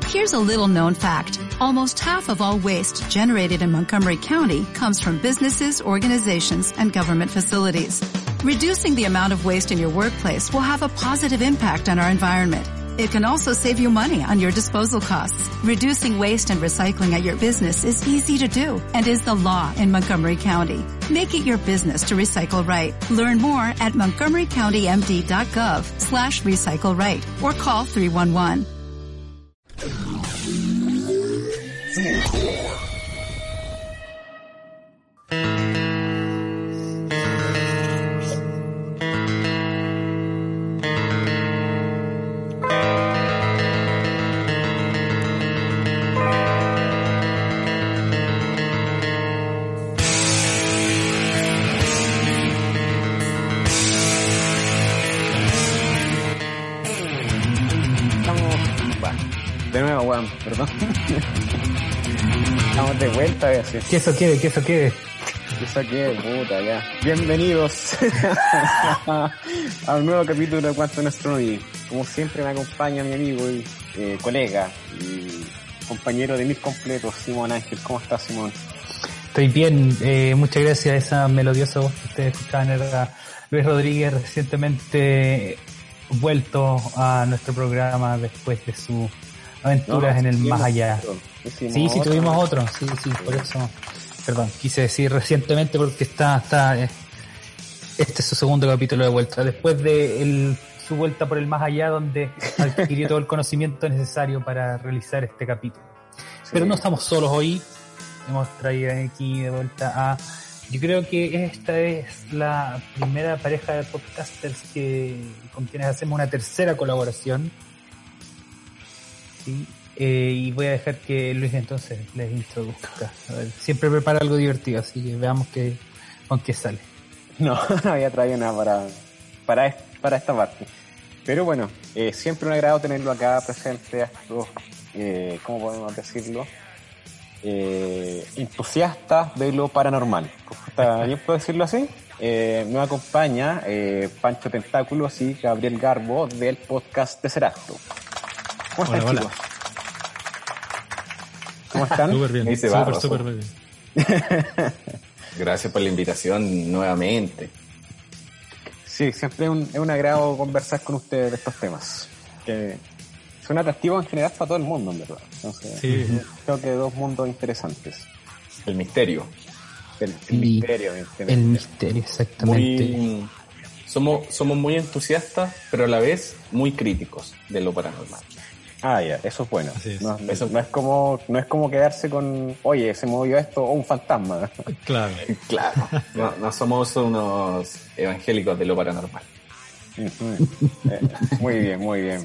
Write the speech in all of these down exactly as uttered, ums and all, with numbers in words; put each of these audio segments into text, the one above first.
Here's a little known fact. Almost half of all waste generated in Montgomery County comes from businesses, organizations, and government facilities. Reducing the amount of waste in your workplace will have a positive impact on our environment. It can also save you money on your disposal costs. Reducing waste and recycling at your business is easy to do and is the law in Montgomery County. Make it your business to recycle right. Learn more at montgomery county m d dot gov slash recycle right or call three one one. Perdón. Estamos de vuelta a veces. Que eso quede, que eso quede. Que eso quede, puta, ya. Bienvenidos a un nuevo capítulo de Quantum Astronomy. Como siempre me acompaña mi amigo y eh, colega y compañero de mis completos, Simón Ángel. ¿Cómo estás, Simón? Estoy bien, eh, muchas gracias a esa melodiosa voz que ustedes escuchaban. Era Luis Rodríguez, recientemente vuelto a nuestro programa después de su aventuras no, en el más allá. Sí, sí, otro. tuvimos otro. Sí, sí, por eso. Perdón, quise decir recientemente porque está, está. Este es su segundo capítulo de vuelta. Después de el, su vuelta por el más allá, donde adquirió todo el conocimiento necesario para realizar este capítulo. Sí. Pero no estamos solos hoy. Hemos traído aquí de vuelta a. Yo creo que esta es la primera pareja de podcasters que con quienes hacemos una tercera colaboración. Sí, eh, y voy a dejar que Luis entonces les introduzca. A ver, siempre prepara algo divertido, así que veamos que, con qué sale. No, no había traído nada para, para, para esta parte. Pero bueno, eh, siempre un agrado tenerlo acá presente a estos, eh, ¿cómo podemos decirlo? Eh, entusiastas de lo paranormal. ¿Está bien puedo decirlo así? Eh, nos acompaña eh, Pancho Tentáculo, así Gabriel Garbo del podcast Tesseracto. ¿Cómo están, hola, chicos? ¿Cómo están? Súper bien, súper, súper bien. Gracias por la invitación nuevamente. Sí, siempre es un, es un agrado conversar con ustedes de estos temas. Que son atractivos en general para todo el mundo, en verdad. Entonces, sí. Creo que dos mundos interesantes. El misterio. El, el misterio. El misterio, exactamente. Muy, somos, somos muy entusiastas, pero a la vez muy críticos de lo paranormal. Ah, ya, eso es bueno. Es. No, eso no es como no es como quedarse con, oye, se movió esto o un fantasma. Claro, claro. No, no somos unos evangélicos de lo paranormal. Uh-huh. eh, muy bien, muy bien.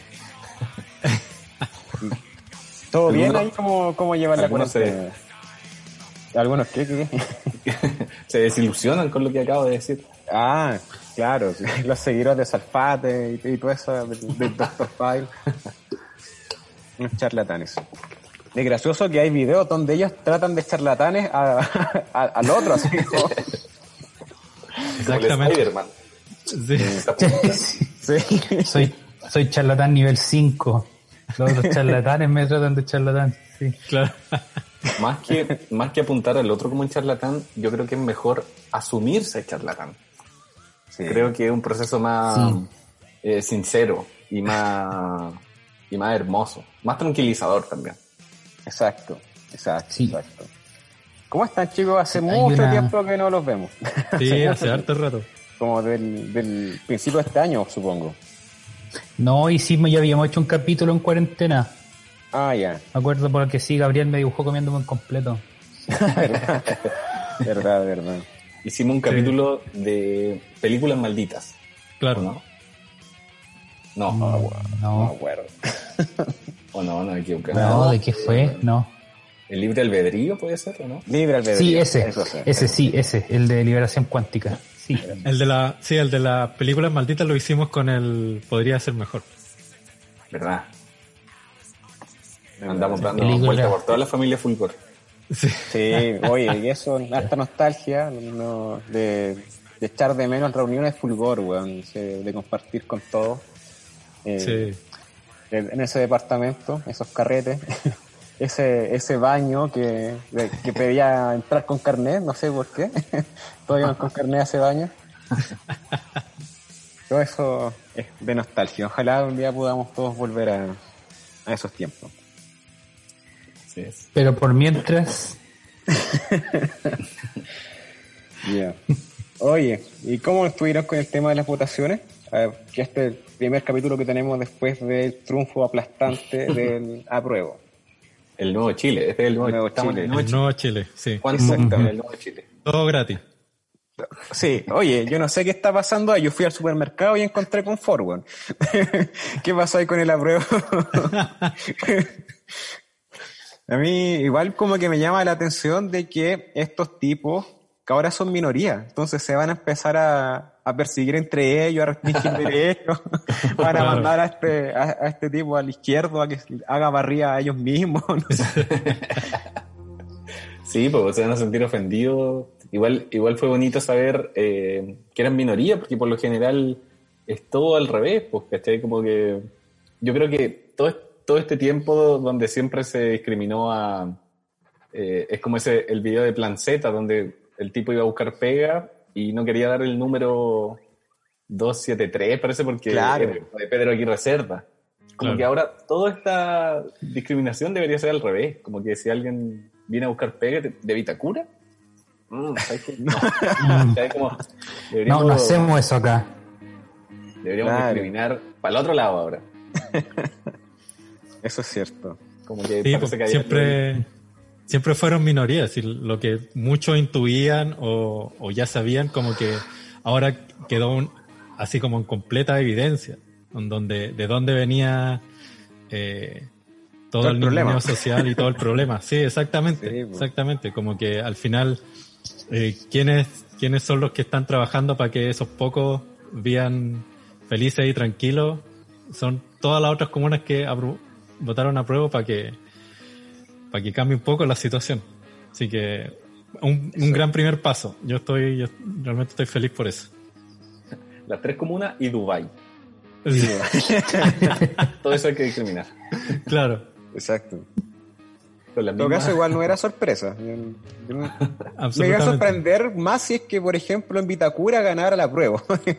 ¿Todo bien ¿Alguno? ahí? ¿Cómo, cómo llevan la cuarentena? Se... ¿Algunos qué? qué? Se desilusionan con lo que acabo de decir. Ah, claro. Los seguidores de Salfate y, y todo eso del de doctor File. Unos charlatanes. Es gracioso que hay videos donde ellos tratan de charlatanes a, a, al otro, así como... Exactamente. Como sí. Sí. Sí. Soy, soy charlatán nivel cinco. Los otros charlatanes me tratan de charlatán. Sí. Claro. Más que, más que apuntar al otro como un charlatán, yo creo que es mejor asumirse charlatán. Sí. Creo que es un proceso más sí. eh, sincero y más... y más hermoso, más tranquilizador también. Exacto, exacto, sí. exacto. ¿Cómo están, chicos? Hace Hay mucho una... tiempo que no los vemos. Sí, hace harto rato. Como del, del principio de este año, supongo. No, hicimos, ya habíamos hecho un capítulo en cuarentena. Ah, ya. Me acuerdo porque sí, Gabriel me dibujó comiéndome un completo. verdad, verdad, verdad. Hicimos un capítulo sí. de películas malditas. Claro. ¿No? No, no, no, no. no acuerdo. O no, no me equivoqué. No, ¿de qué fue? No. ¿El libre albedrío puede ser o no? Libre albedrío. Sí, ese, ese sí, ese, el de liberación cuántica. Sí. El de la, sí, el de las películas malditas lo hicimos con el Podría Ser Mejor. ¿Verdad? Andamos dando película. vuelta por toda la familia Fulgor. Sí. Sí, oye, y eso, harta nostalgia no, de, de echar de menos reuniones Fulgor, weón, de compartir con todos. Eh, sí. en ese departamento, esos carretes, ese ese baño que, que pedía entrar con carnet, no sé por qué, todavía no con carnet a ese baño. Todo eso es de nostalgia. Ojalá un día podamos todos volver a, a esos tiempos. Así es. Pero por mientras... Yeah. Oye, ¿y cómo estuvieron con el tema de las votaciones? A ver, que este es el primer capítulo que tenemos después del triunfo aplastante del apruebo. El nuevo Chile, este es el nuevo, el nuevo Chile. Chile. El nuevo Chile, nuevo Chile sí. ¿Cuánto exactamente el nuevo Chile? Todo gratis. Sí, oye, yo no sé qué está pasando. Yo fui al supermercado y encontré con Forward. ¿Qué pasó ahí con el apruebo? A mí igual como que me llama la atención de que estos tipos, que ahora son minoría, entonces se van a empezar a, a perseguir entre ellos, a restringir derechos, van a claro. mandar a este, a, a este tipo al izquierdo a que haga barría a ellos mismos. No sé. Sí, pues se van a sentir ofendidos. Igual, igual fue bonito saber eh, que eran minoría, porque por lo general es todo al revés, pues, ¿cachai? Como que yo creo que todo, todo este tiempo donde siempre se discriminó a... Eh, es como ese el video de Plan Z, donde el tipo iba a buscar pega y no quería dar el número doscientos setenta y tres, parece, porque claro. era de Pedro Aguirre Cerda. Como claro. que ahora toda esta discriminación debería ser al revés, como que si alguien viene a buscar pega de Vitacura, Mm, ¿sabes qué? No, ¿sabes cómo? No, no hacemos eso acá. Deberíamos claro. discriminar para el otro lado ahora. Eso es cierto. Como que sí, parece que siempre, siempre fueron minorías, y lo que muchos intuían o, o ya sabían, como que ahora quedó un, así como en completa evidencia, donde, de dónde venía eh, todo, todo el, el problema social y todo el problema. Sí, exactamente, sí, pues. exactamente. Como que al final... Eh, ¿quiénes, ¿Quiénes son los que están trabajando para que esos pocos vivan felices y tranquilos? Son todas las otras comunas que apro- votaron a prueba para que para que cambie un poco la situación. Así que un, un gran primer paso. Yo estoy yo realmente estoy feliz por eso. Las tres comunas y Dubái. Sí. Todo eso hay que discriminar. Claro. Exacto. En todo caso, igual no era sorpresa. Yo, yo me iba a sorprender más si es que, por ejemplo, en Vitacura ganara la prueba.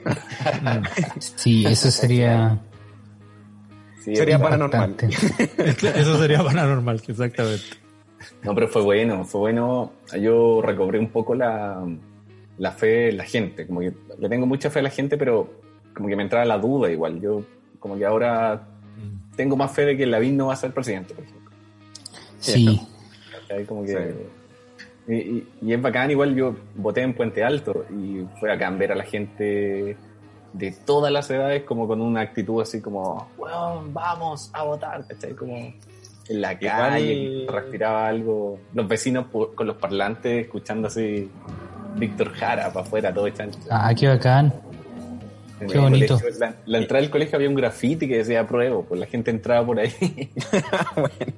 Sí, eso sería... Sí, sería paranormal. Eso sería paranormal, exactamente. No, pero fue bueno, fue bueno. Yo recobré un poco la, la fe en la gente. Como que le tengo mucha fe a la gente, pero como que me entraba la duda igual. Yo como que ahora tengo más fe de que Lavín no va a ser presidente, por ejemplo. Sí. Como que, sí. y, y, y es bacán, igual yo voté en Puente Alto y fue bacán ver a la gente de todas las edades como con una actitud así como, bueno, vamos a votar, ¿cachai? Como en la calle, igual... respiraba algo, los vecinos por, con los parlantes escuchando así Víctor Jara para afuera, todo chancho. Ah, qué bacán. En qué bonito. Colegio, la, la entrada del colegio había un grafiti que decía apruebo, pues la gente entraba por ahí. Bueno.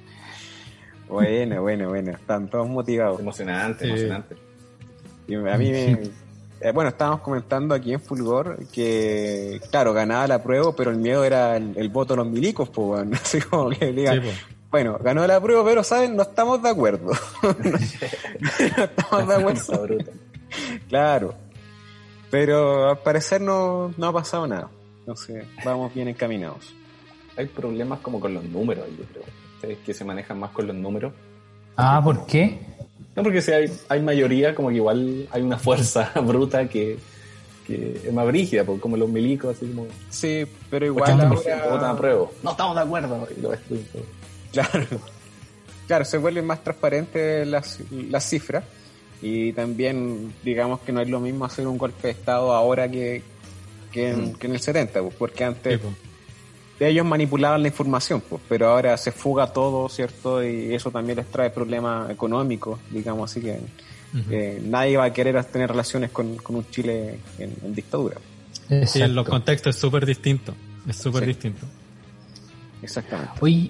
Bueno, bueno, bueno, están todos motivados. Emocionante, sí. emocionante. Y a mí me, eh, bueno, estábamos comentando aquí en Fulgor que, claro, ganaba la prueba, pero el miedo era el, el voto de los milicos, pues, bueno, así como que digan, sí, pues. Bueno, ganó la prueba, pero, ¿saben? No estamos de acuerdo. No estamos de acuerdo. Claro. Pero al parecer no, no ha pasado nada. Entonces, vamos bien encaminados. Hay problemas como con los números, yo creo. Ustedes que se manejan más con los números. Ah, ¿por qué? No, porque si hay, hay mayoría, como que igual hay una fuerza bruta que, que es más brígida, como los milicos, así como... Sí, pero igual ahora... votan a prueba. No estamos de acuerdo. Y lo claro. Claro, se vuelven más transparentes las, las cifras. Y también, digamos que no es lo mismo hacer un golpe de Estado ahora que, que, en, mm. que en el setenta, pues, porque antes... Sí, pues. Ellos manipulaban la información, pues, pero ahora se fuga todo, ¿cierto? Y eso también les trae problemas económicos, digamos, así que uh-huh. eh, nadie va a querer tener relaciones con, con un Chile en, en dictadura. Exacto. Sí, en los contextos es súper distinto, es súper sí. distinto. Exactamente. Oye,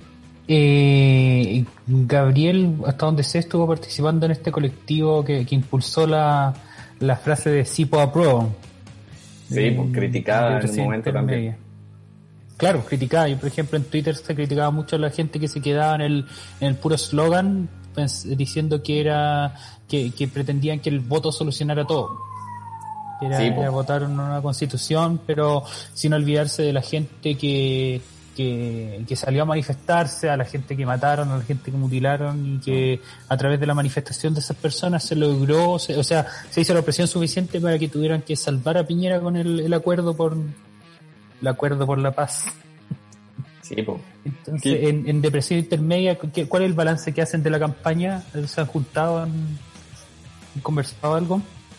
eh, Gabriel, hasta donde sé, estuvo participando en este colectivo que, que impulsó la, la frase de sí po apruebo. Sí, pues criticada en un momento también. Media. claro, criticaba. Yo, por ejemplo, en Twitter se criticaba mucho a la gente que se quedaba en el, en el puro slogan, pues, diciendo que era que, que pretendían que el voto solucionara todo. Que era, Sí, era votar una nueva constitución, pero sin olvidarse de la gente que, que, que salió a manifestarse, a la gente que mataron, a la gente que mutilaron, y que a través de la manifestación de esas personas se logró, se, o sea, se hizo la presión suficiente para que tuvieran que salvar a Piñera con el, el acuerdo por el acuerdo por la paz. Sí, pues. Entonces, en, en depresión intermedia, ¿qué, ¿cuál es el balance que hacen de la campaña? ¿Se han juntado, han, han conversado algo?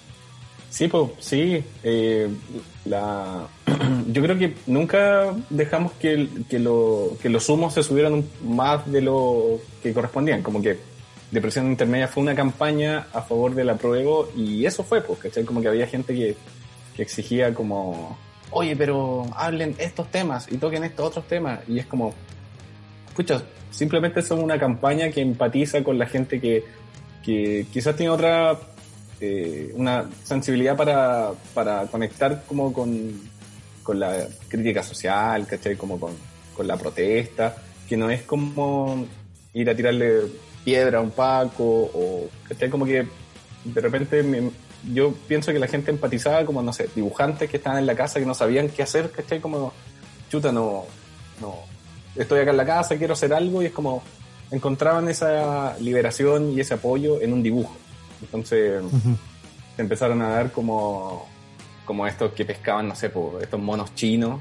Sí, pues, sí. Eh, la... Yo creo que nunca dejamos que, que, lo, que los humos se subieran más de lo que correspondían. Como que Depresión Intermedia fue una campaña a favor del apruebo y eso fue, pues, ¿cachai? Como que había gente que, que exigía como, oye, pero hablen estos temas y toquen estos otros temas. Y es como, escucha, simplemente son una campaña que empatiza con la gente que, que quizás tiene otra... Eh, una sensibilidad para, para conectar como con, con la crítica social, ¿cachai? Como con, con la protesta, que no es como ir a tirarle piedra a un Paco, o ¿cachai? Como que de repente me, yo pienso que la gente empatizaba como, no sé, dibujantes que estaban en la casa que no sabían qué hacer, ¿cachai? Como, chuta, no, no, estoy acá en la casa, quiero hacer algo, y es como, encontraban esa liberación y ese apoyo en un dibujo. Entonces uh-huh. se empezaron a dar como, como estos que pescaban, no sé, por estos monos chinos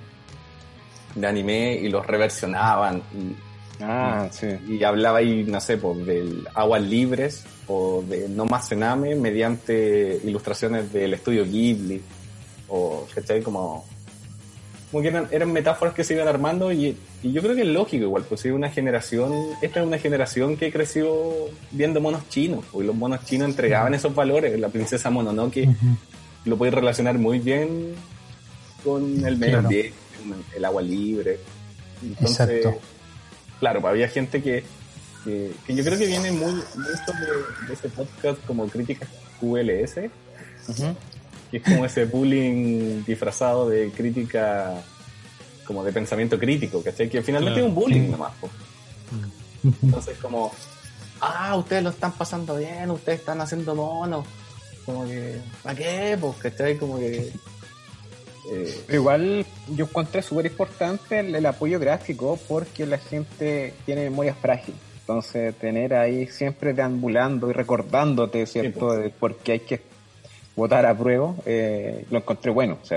de anime y los reversionaban y, ah, y, sí. y hablaba ahí, no sé, pues del Aguas Libres o de No Más Cename mediante ilustraciones del estudio Ghibli o, ¿cachai? Como, como que eran, eran metáforas que se iban armando y, y yo creo que es lógico igual, pues si una generación, esta es una generación que creció viendo monos chinos, porque los monos chinos entregaban uh-huh. esos valores, la princesa Mononoke uh-huh. lo podéis relacionar muy bien con el medio claro. ambiente, el agua libre. Entonces, exacto. Claro, pues había gente que, que, que yo creo que viene muy mucho de, de ese podcast como Críticas Q L S, uh-huh. que es como ese bullying disfrazado de crítica, como de pensamiento crítico, ¿cachai? Que finalmente claro. es un bullying nomás, po. Entonces como, ah, ustedes lo están pasando bien, ustedes están haciendo monos, como que, ¿para qué? Pues, ¿cachai? Como que... Eh... Igual yo encontré súper importante el, el apoyo gráfico porque la gente tiene memoria frágil. Entonces tener ahí siempre deambulando y recordándote, ¿cierto? Sí, pues. De por qué hay que votar a prueba, eh, lo encontré bueno. O sea,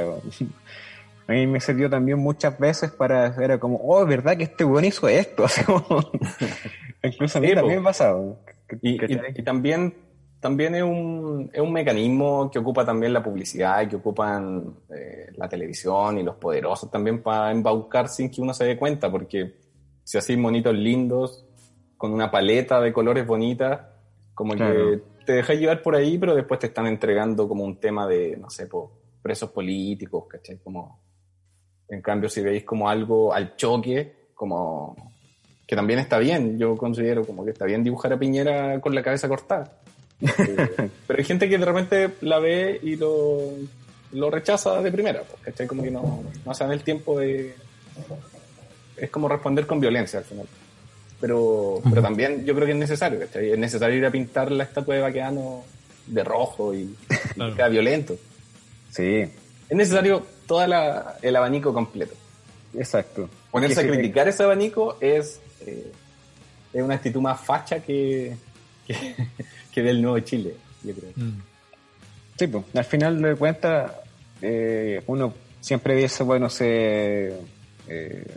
a mí me sirvió también muchas veces para, era como, oh, es verdad que este weón hizo esto. O sea, como, incluso a mí sí, también me ha pasado. Y, y, y también, también es un, es un mecanismo que ocupa también la publicidad y que ocupan eh, la televisión y los poderosos también para embaucar sin que uno se dé cuenta, porque si así monitos lindos, con una paleta de colores bonitas, como claro. que te dejas llevar por ahí, pero después te están entregando como un tema de, no sé, po, presos políticos, ¿cachai? Como, en cambio, si veis como algo al choque, como que también está bien, yo considero como que está bien dibujar a Piñera con la cabeza cortada. eh, pero hay gente que de repente la ve y lo, lo rechaza de primera, ¿cachai? Como que no, no se dan el tiempo de... Es como responder con violencia al final. Pero, uh-huh. pero también yo creo que es necesario, ¿cachai? Es necesario ir a pintar la estatua de Baqueano de rojo y, claro. y queda violento. Sí. Es necesario todo el abanico completo. Exacto. Ponerse a criticar te... ese abanico es, eh, es una actitud más facha que, que, que del Nuevo Chile, yo creo. Mm. Sí, pues, al final de cuentas, eh, uno siempre dice, bueno, se... Eh,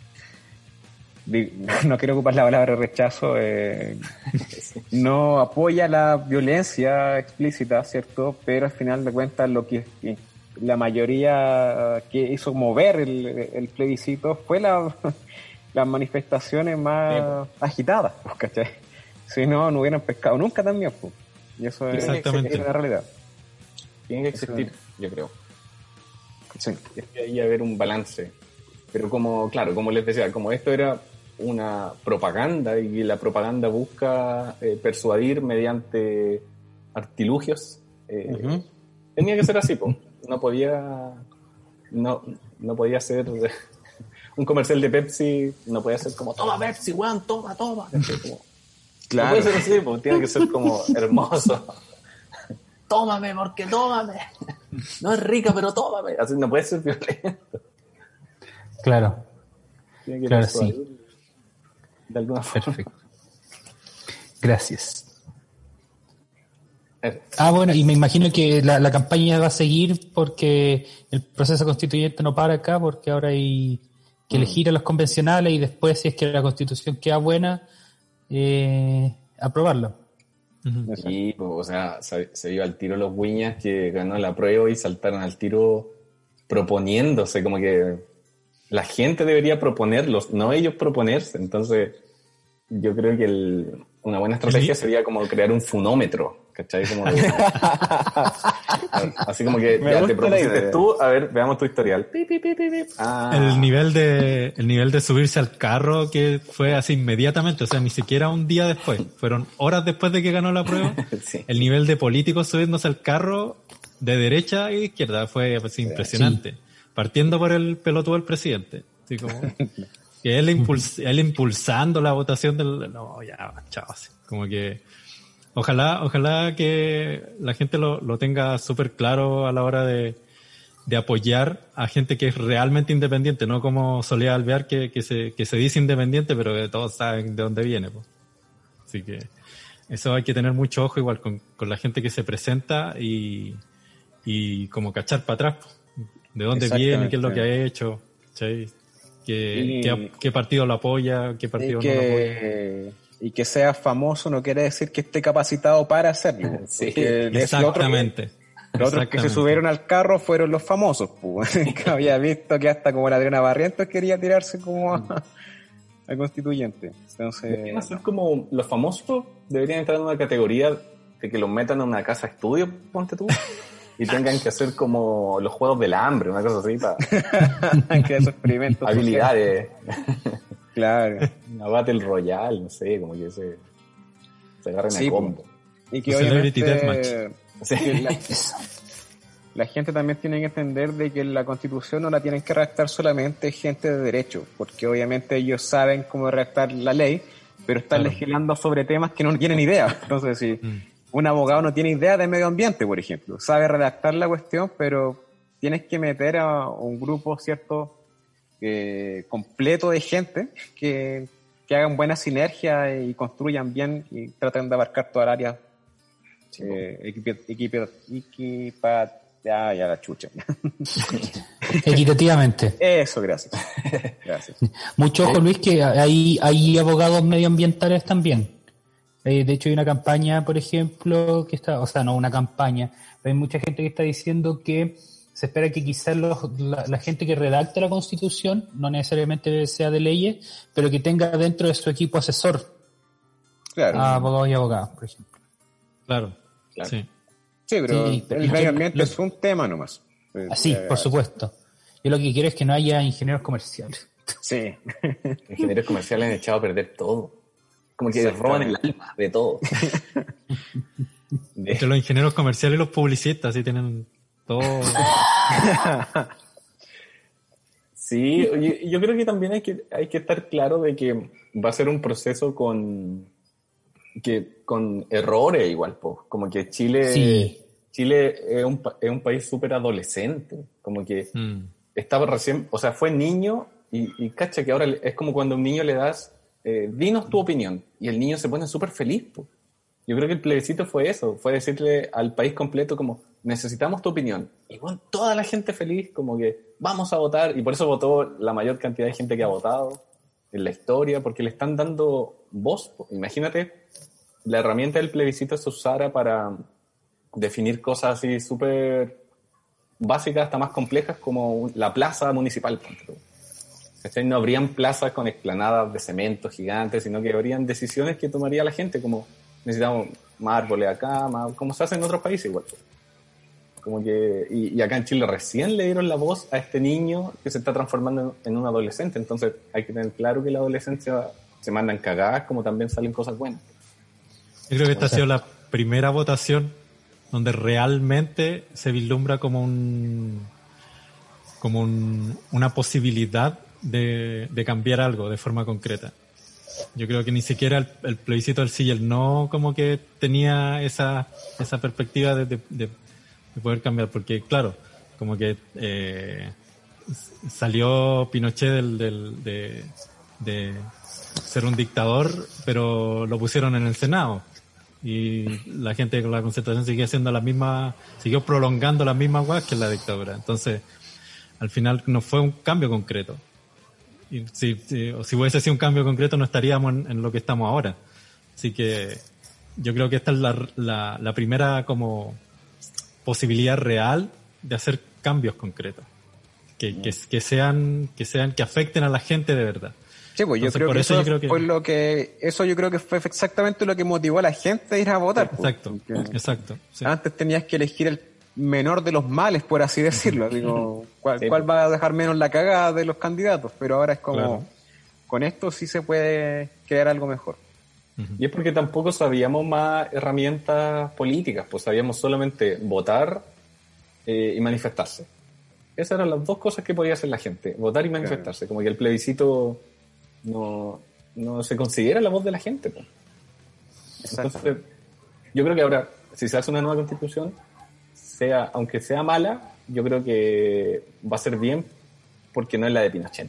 no quiero ocupar la palabra rechazo, eh, no apoya la violencia explícita, ¿cierto? Pero al final de cuentas lo que la mayoría que hizo mover el, el plebiscito fue la, las manifestaciones más sí. agitadas, ¿cachai? Si no, no hubieran pescado nunca también, pues. Y eso es, es una realidad. Tiene que existir, eso, yo creo. Sí. Es que ahí haber un balance. Pero como, claro, como les decía, como esto era una propaganda y la propaganda busca eh, persuadir mediante artilugios, eh, uh-huh. tenía que ser así, po. No podía no, no podía ser un comercial de Pepsi no puede ser como, toma Pepsi, weón, toma, toma. Como, claro. No puede ser así, pues, tiene que ser como hermoso. Tómame, porque tómame. No es rica, pero tómame. Así no puede ser violento. Claro. Tiene que Claro, ser sí. De alguna forma. Perfecto. Gracias. Eh, Ah, bueno, y me imagino que la, la campaña va a seguir porque el proceso constituyente no para acá, porque ahora hay que elegir a los convencionales y después, si es que la constitución queda buena, eh, aprobarla. Ujú. Y, pues, o sea, se, se iba al tiro los Guiñas que ganó la prueba y saltaron al tiro proponiéndose, como que la gente debería proponerlos, no ellos proponerse. Entonces, yo creo que el, una buena estrategia sería como crear un funómetro, ¿cachai? Como de, así como que Me ya gusta te la propusiste idea. tú, a ver, veamos tu historial. Pi, pi, pi, pi, pi. Ah, El nivel de el nivel de subirse al carro que fue así inmediatamente, o sea, ni siquiera un día después, fueron horas después de que ganó la prueba. sí. El nivel de políticos subiéndose al carro de derecha e izquierda fue pues, impresionante. Partiendo por el pelotudo del presidente. Así como que él, impuls, él impulsando la votación del... No, ya, chao. Así. Como que... Ojalá, ojalá que la gente lo, lo tenga súper claro a la hora de, de apoyar a gente que es realmente independiente, no como Soledad Alvear que, que, se, que se dice independiente, pero que todos saben de dónde viene. Pues. Así que eso hay que tener mucho ojo igual con, con la gente que se presenta y, y como cachar para atrás. Pues. De dónde viene, qué es lo que ha hecho, ¿sí? ¿Qué, Y, qué, qué partido lo apoya, qué partido y no lo apoya. que, y que sea famoso no quiere decir que esté capacitado para hacerlo. Sí, porque es Exactamente. Los otros que se subieron al carro fueron los famosos, pues. Que había visto que hasta como la Adriana Barrientos quería tirarse como a, a constituyente. Entonces, Deberían hacer como los famosos, deberían entrar en una categoría de que los metan en una casa estudio, ponte tú, y tengan que hacer como los juegos del hambre, una cosa así, para que esos experimentos. habilidades, Claro. una Battle Royale, no sé, como que se, se agarren Sí, a combo. Y que Celebrity obviamente Sí. que la, la gente también tiene que entender de que la Constitución no la tienen que redactar solamente gente de derecho, porque obviamente ellos saben cómo redactar la ley, pero están Claro. legislando sobre temas que no tienen idea. Entonces, si Mm. un abogado no tiene idea de medio ambiente, por ejemplo, sabe redactar la cuestión, pero tienes que meter a un grupo, ¿cierto?, eh, completo de gente que, que hagan buena sinergia y construyan bien y traten de abarcar toda el área. Eh, equipa, equipa, equipa, ya, ya la chucha. Equitativamente. Eso, gracias. Gracias. Mucho ojo, Luis, que hay, hay abogados medioambientales también. Eh, de hecho, hay una campaña, por ejemplo, que está, o sea, no una campaña, pero hay mucha gente que está diciendo que se espera que quizás los, la, la gente que redacte la Constitución, no necesariamente sea de leyes, pero que tenga dentro de su equipo asesor Claro. a abogados y abogadas, por ejemplo. Claro, Claro. sí. Sí, pero Sí, pero el yo- medio ambiente lo- es un tema nomás. Eh, Así, eh, por supuesto. Yo lo que quiero es que no haya ingenieros comerciales. Sí. Ingenieros comerciales han echado a perder todo. Como que roban el alma de todo. De- Entre los ingenieros comerciales y los publicistas, sí tienen todo. Sí, oye, yo creo que también hay que, hay que estar claro de que va a ser un proceso con, que, con errores igual, po. Como que Chile, Sí. Chile es un, pa- es un país súper adolescente, como que Mm. estaba recién, o sea, fue niño y, y cacha que ahora le- es como cuando a un niño le das, eh, dinos tu opinión, y el niño se pone súper feliz, po. Yo creo que el plebiscito fue eso, fue decirle al país completo como, necesitamos tu opinión. Y bueno, toda la gente feliz, como que vamos a votar, y por eso votó la mayor cantidad de gente que ha votado en la historia, porque le están dando voz. po. Imagínate, la herramienta del plebiscito se usara para definir cosas así súper básicas, hasta más complejas, como un- la plaza municipal. ponte tú. ¿Cachai? No habrían plazas con explanadas de cemento gigantes, sino que habrían decisiones que tomaría la gente, como necesitamos más árboles acá, más, como se hace en otros países igual. Como que, y, y acá en Chile recién le dieron la voz a este niño que se está transformando en, en un adolescente, entonces hay que tener claro que la adolescencia se mandan cagadas, como también salen cosas buenas. Yo creo que esta ha sido la primera votación donde realmente se vislumbra como un como un, una posibilidad de, de cambiar algo de forma concreta. Yo creo que ni siquiera el, el plebiscito del sí y el no como que tenía esa, esa perspectiva de, de, de, de poder cambiar, porque claro, como que eh, salió Pinochet del, del, de, de ser un dictador, pero lo pusieron en el Senado. Y la gente con la concertación sigue haciendo la misma, siguió prolongando las mismas cosas que la dictadura. Entonces, al final no fue un cambio concreto. Y si, si, si hubiese sido un cambio concreto, no estaríamos en, en lo que estamos ahora. Así que yo creo que esta es la, la, la primera como posibilidad real de hacer cambios concretos. Que, que, que sean, que sean, que afecten a la gente de verdad. Sí, pues yo Entonces, creo por que eso eso yo creo que... fue lo que, eso yo creo que fue exactamente lo que motivó a la gente a ir a votar. Exacto, pues, exacto. Sí. Antes tenías que elegir el menor de los males, por así decirlo. Digo, ¿cuál, Sí. cuál va a dejar menos la cagada de los candidatos? Pero ahora es como, Claro. con esto sí se puede crear algo mejor. Y es porque tampoco sabíamos más herramientas políticas, pues sabíamos solamente votar eh, y manifestarse. Esas eran las dos cosas que podía hacer la gente, votar y manifestarse. Como que el plebiscito no, no se considera la voz de la gente. Pues. Entonces, yo creo que ahora, si se hace una nueva constitución, sea, aunque sea mala, yo creo que va a ser bien porque no es la de Pinochet.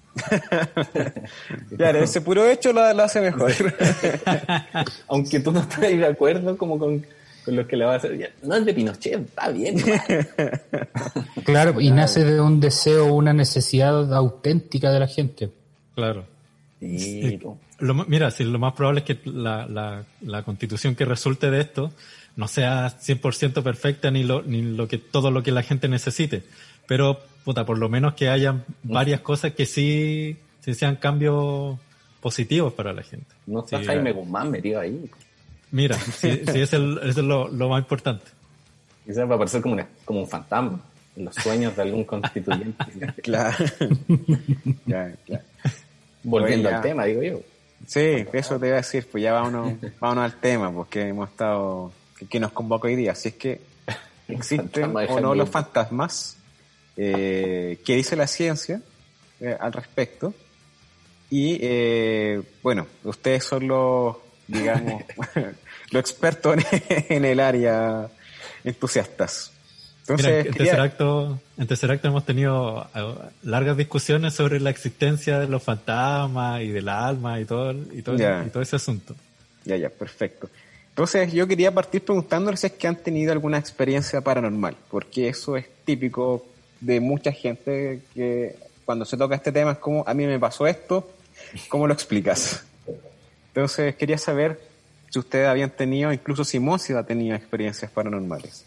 Claro, ese puro hecho lo, lo hace mejor. Aunque tú no estés de acuerdo como con, con los que le va a hacer, ya, no es de Pinochet, está bien. Claro, y nace de un deseo, una necesidad auténtica de la gente. Claro. Sí, tú. Lo, ma- mira, si lo más probable es que la, la, la constitución que resulte de esto no sea cien por ciento perfecta ni lo, ni lo que, todo lo que la gente necesite. Pero, puta, por lo menos que haya varias cosas que sí, sí sean cambios positivos para la gente. No está Sí, Jaime eh, Guzmán metido ahí. Mira, sí, sí es, el, eso es lo, lo más importante. Quizás va a parecer como, una- como un fantasma en los sueños de algún constituyente. Claro. Ya, claro. Volviendo Oye, ya. al tema, digo yo. Sí, eso te iba a decir, pues ya vámonos, vámonos al tema, porque hemos estado, que, que nos convoca hoy día. Si es que existen Fantasma de o no Jaime los Guzmán. fantasmas, eh, qué dice la ciencia eh, al respecto. Y eh, bueno, ustedes son los, digamos, los expertos en, en el área, entusiastas. Entonces, Mira, en quería- tercer acto, en tercer acto hemos tenido eh, largas discusiones sobre la existencia de los fantasmas y del alma y todo, y todo, Ya. y todo ese asunto. Ya, ya, perfecto. Entonces yo quería partir preguntándoles si es que han tenido alguna experiencia paranormal, porque eso es típico de mucha gente que cuando se toca este tema es como, a mí me pasó esto, ¿cómo lo explicas? Entonces quería saber si ustedes habían tenido, incluso si Monsi ha tenido experiencias paranormales.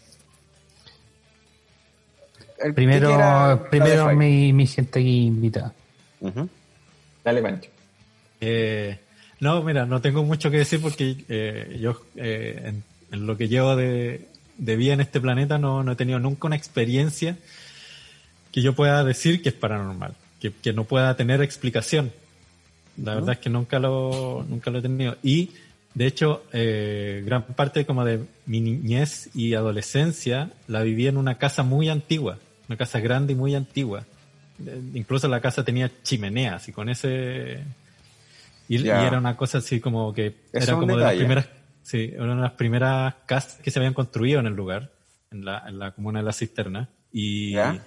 El que quiera, Primero, la primero dejo ahí. mi, mi gente aquí invitada. Ujú. Dale, Pancho. Eh, no, mira, no tengo mucho que decir porque eh, yo eh, en, en lo que llevo de, de vida en este planeta no, no he tenido nunca una experiencia que yo pueda decir que es paranormal, que, que no pueda tener explicación. La verdad es que nunca lo, nunca lo he tenido. Y, de hecho, eh, gran parte como de mi niñez y adolescencia la viví en una casa muy antigua, una casa grande y muy antigua. Eh, Incluso la casa tenía chimeneas y con ese... Y, y Ya. era una cosa así como que... es era un como de las detalle. primeras... Sí, era una de las primeras casas que se habían construido en el lugar, en la, en la comuna de La Cisterna. Y... ¿Ya?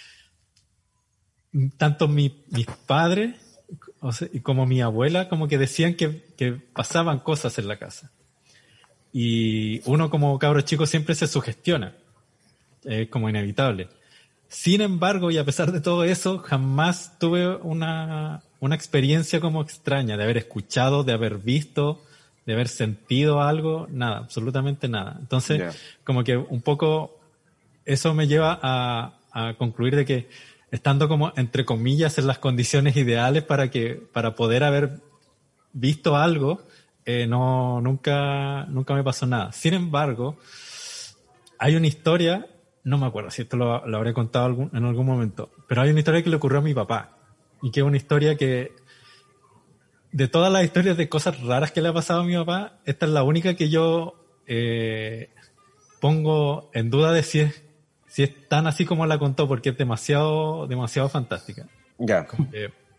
tanto mi, mis padres o sea, y como mi abuela como que decían que, que pasaban cosas en la casa. Y uno como cabro chico siempre se sugestiona. Es como inevitable. Sin embargo, y a pesar de todo eso, jamás tuve una, una experiencia como extraña de haber escuchado, de haber visto, de haber sentido algo, nada, absolutamente nada. Entonces, Ya. como que un poco eso me lleva a, a concluir de que estando como entre comillas en las condiciones ideales para que para poder haber visto algo, eh, no nunca nunca me pasó nada. Sin embargo, hay una historia, no me acuerdo si esto lo, lo habré contado algún, en algún momento, pero hay una historia que le ocurrió a mi papá y que es una historia que de todas las historias de cosas raras que le ha pasado a mi papá, esta es la única que yo eh, pongo en duda de si es si es tan así como la contó, porque es demasiado, demasiado fantástica. Ya. Eh,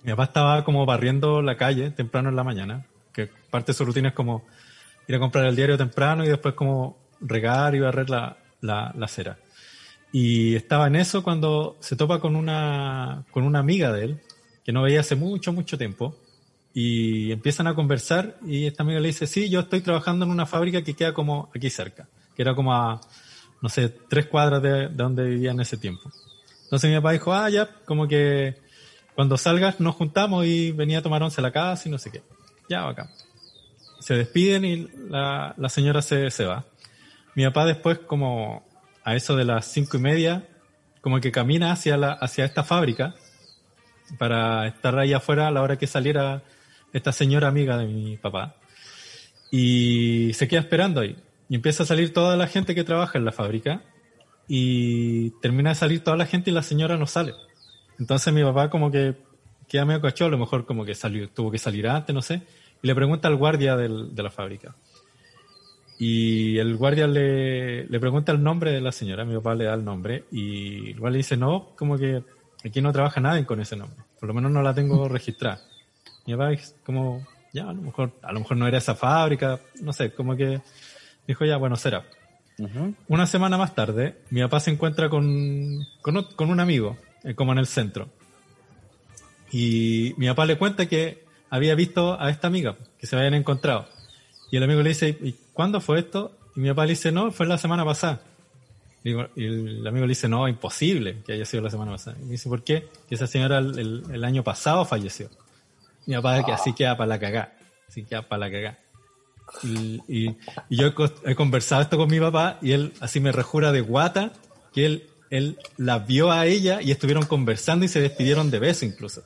Mi papá estaba como barriendo la calle temprano en la mañana, que parte de su rutina es como ir a comprar el diario temprano y después como regar y barrer la, la, la acera. Y estaba en eso cuando se topa con una, con una amiga de él, que no veía hace mucho, mucho tiempo, y empiezan a conversar y esta amiga le dice, sí, yo estoy trabajando en una fábrica que queda como aquí cerca, que era como a, no sé, tres cuadras de, de donde vivía en ese tiempo. Entonces mi papá dijo, ah, ya, como que cuando salgas nos juntamos y venía a tomar once a la casa y no sé qué. Ya, acá. Se despiden y la, la señora se, se va. Mi papá después como a eso de las cinco y media, como que camina hacia la, hacia esta fábrica para estar ahí afuera a la hora que saliera esta señora amiga de mi papá. Y se queda esperando ahí. Y empieza a salir toda la gente que trabaja en la fábrica y termina de salir toda la gente y la señora no sale. Entonces mi papá como que queda medio cachó, a lo mejor como que salió, tuvo que salir antes, no sé, y le pregunta al guardia del, de la fábrica. Y el guardia le, le pregunta el nombre de la señora, mi papá le da el nombre, y el guardia le dice, no, como que aquí no trabaja nadie con ese nombre, por lo menos no la tengo registrada. Mi papá es como, ya, a lo mejor, a lo mejor no era esa fábrica, no sé, como que dijo, ya, bueno, será. Uh-huh. Una semana más tarde, mi papá se encuentra con, con, con un amigo, eh, como en el centro. Y mi papá le cuenta que había visto a esta amiga, que se habían encontrado. Y el amigo le dice, ¿y cuándo fue esto? Y mi papá le dice, no, fue la semana pasada. Y el amigo le dice, no, imposible que haya sido la semana pasada. Y me dice, ¿por qué? Que esa señora el, el, el año pasado falleció. Mi papá dice que así queda para la cagá. Así queda para la cagá. Y, y, y yo he, he conversado esto con mi papá y él así me rejura de guata que él, él la vio a ella y estuvieron conversando y se despidieron de beso incluso.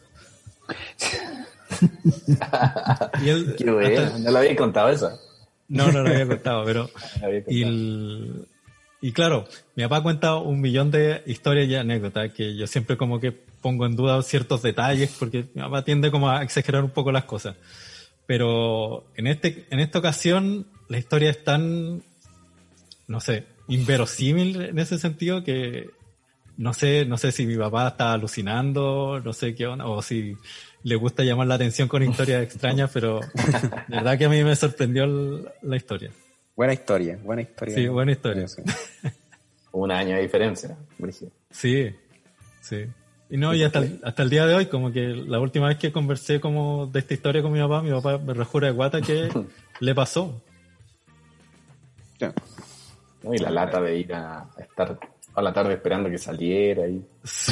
Y él, qué bueno, hasta, no lo había contado eso. No, no lo había contado, pero había contado. Y, el, y claro, mi papá ha contado un millón de historias y anécdotas que yo siempre como que pongo en duda ciertos detalles porque mi papá tiende como a exagerar un poco las cosas. Pero en este, en esta ocasión la historia es tan, no sé, inverosímil en ese sentido que no sé, no sé si mi papá está alucinando, no sé qué onda, o si le gusta llamar la atención con historias extrañas, pero de verdad que a mí me sorprendió el, la historia. Buena historia, buena historia. Sí, buena historia. Sí. Un año de diferencia, Brigitte. Sí, sí. Y no, y hasta el, hasta el día de hoy, como que la última vez que conversé como de esta historia con mi papá, mi papá me rejura de guata que le pasó. Sí. No, y la lata de ir a estar a la tarde esperando que saliera y...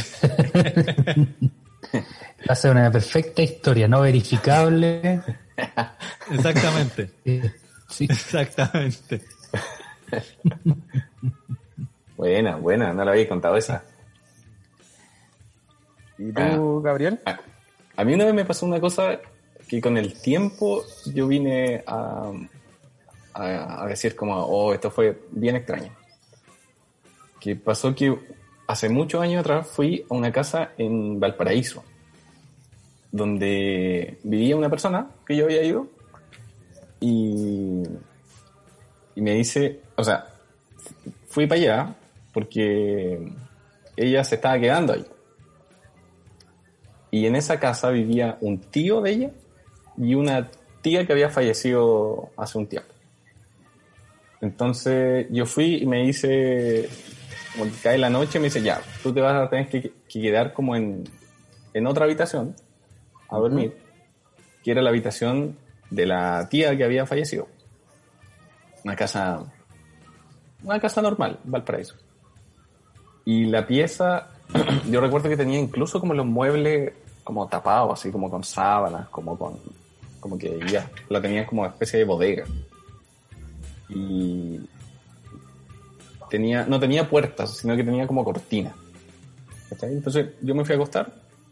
Va a ser una perfecta historia, no verificable. Exactamente. Sí. Exactamente. Buena, buena, no la había contado esa. ¿Y tú, Gabriel? A, a mí una vez me pasó una cosa que con el tiempo yo vine a, a, a decir como, oh, esto fue bien extraño. Que pasó que hace muchos años atrás fui a una casa en Valparaíso, donde vivía una persona que yo había ido y, y me dice, o sea, fui para allá porque ella se estaba quedando ahí. Y en esa casa vivía un tío de ella y una tía que había fallecido hace un tiempo. Entonces yo fui y me hice, como que cae la noche, me dice, ya, tú te vas a tener que, que quedar como en, en otra habitación a dormir, uh-huh. que era la habitación de la tía que había fallecido. Una casa, una casa normal, Valparaíso. Y la pieza, yo recuerdo que tenía incluso como los muebles como tapados, así como con sábanas, como con, como que ya, la tenía como una especie de bodega. Y tenía, no tenía puertas, sino que tenía como cortinas. Entonces yo me fui a acostar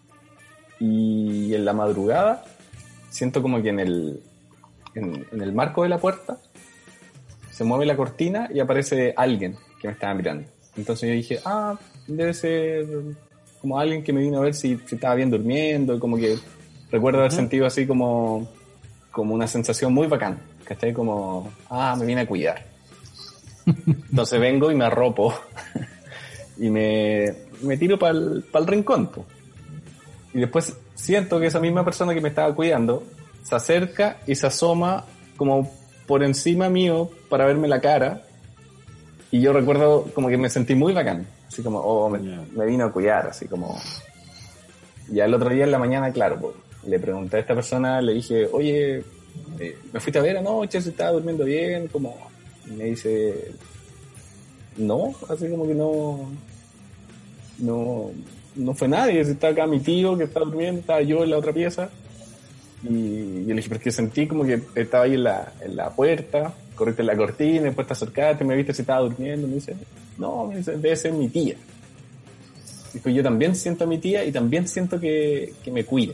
y en la madrugada siento como que en el, en, en el marco de la puerta se mueve la cortina y aparece alguien que me estaba mirando. Entonces yo dije, ah, debe ser como alguien que me vino a ver si, si estaba bien durmiendo, como que recuerdo haber uh-huh. sentido así como, como una sensación muy bacán, ¿cachai? Como, ah, me viene a cuidar. Entonces vengo y me arropo y me, me tiro para el rincón, po. Y después siento que esa misma persona que me estaba cuidando se acerca y se asoma como por encima mío para verme la cara, y yo recuerdo como que me sentí muy bacán, así como, oh, me, me vino a cuidar, así como... Y al otro día en la mañana, claro, pues, le pregunté a esta persona, le dije, oye, eh, ¿me fuiste a ver anoche? ¿Se estaba durmiendo bien? Como, y me dice, no, así como que no, no, no fue nadie, estaba acá mi tío que estaba durmiendo, estaba yo en la otra pieza, y yo le dije, pero es que sentí como que estaba ahí en la, en la puerta, corriste la cortina, después te acercaste, me viste si estaba durmiendo, me dice, no, me dice, debe ser mi tía. Dijo, yo también siento a mi tía y también siento que, que me cuida.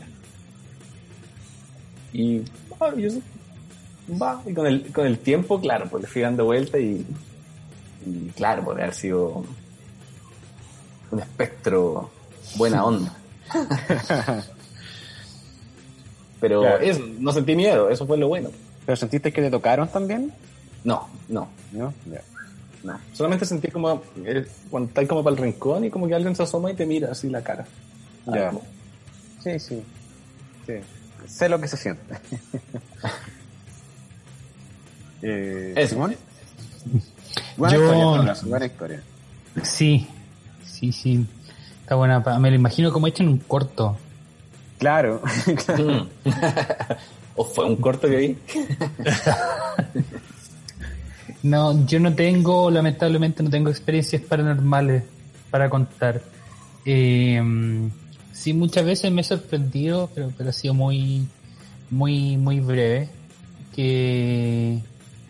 Y, ah, yo, va, y con el, con el tiempo, claro, pues le fui dando vuelta y, y claro, puede haber sido un espectro buena onda. Pero claro, eso, no sentí miedo, eso fue lo bueno. ¿Pero sentiste que te tocaron también? No, no. ¿No? Yeah. No, solamente sentí como eh, cuando estás como para el rincón y como que alguien se asoma y te mira así la cara. Ya. Sí, sí, sí. Sé lo que se siente. eh, ¿Simón? Buena Yo... historia, buena historia. Sí, sí, sí. Está buena. Me lo imagino como hecho en un corto. Claro. claro. ¿O fue un corto que vi? No, yo no tengo, lamentablemente no tengo experiencias paranormales para contar. Eh, sí, muchas veces me he sorprendido, pero, pero ha sido muy, muy, muy breve. Que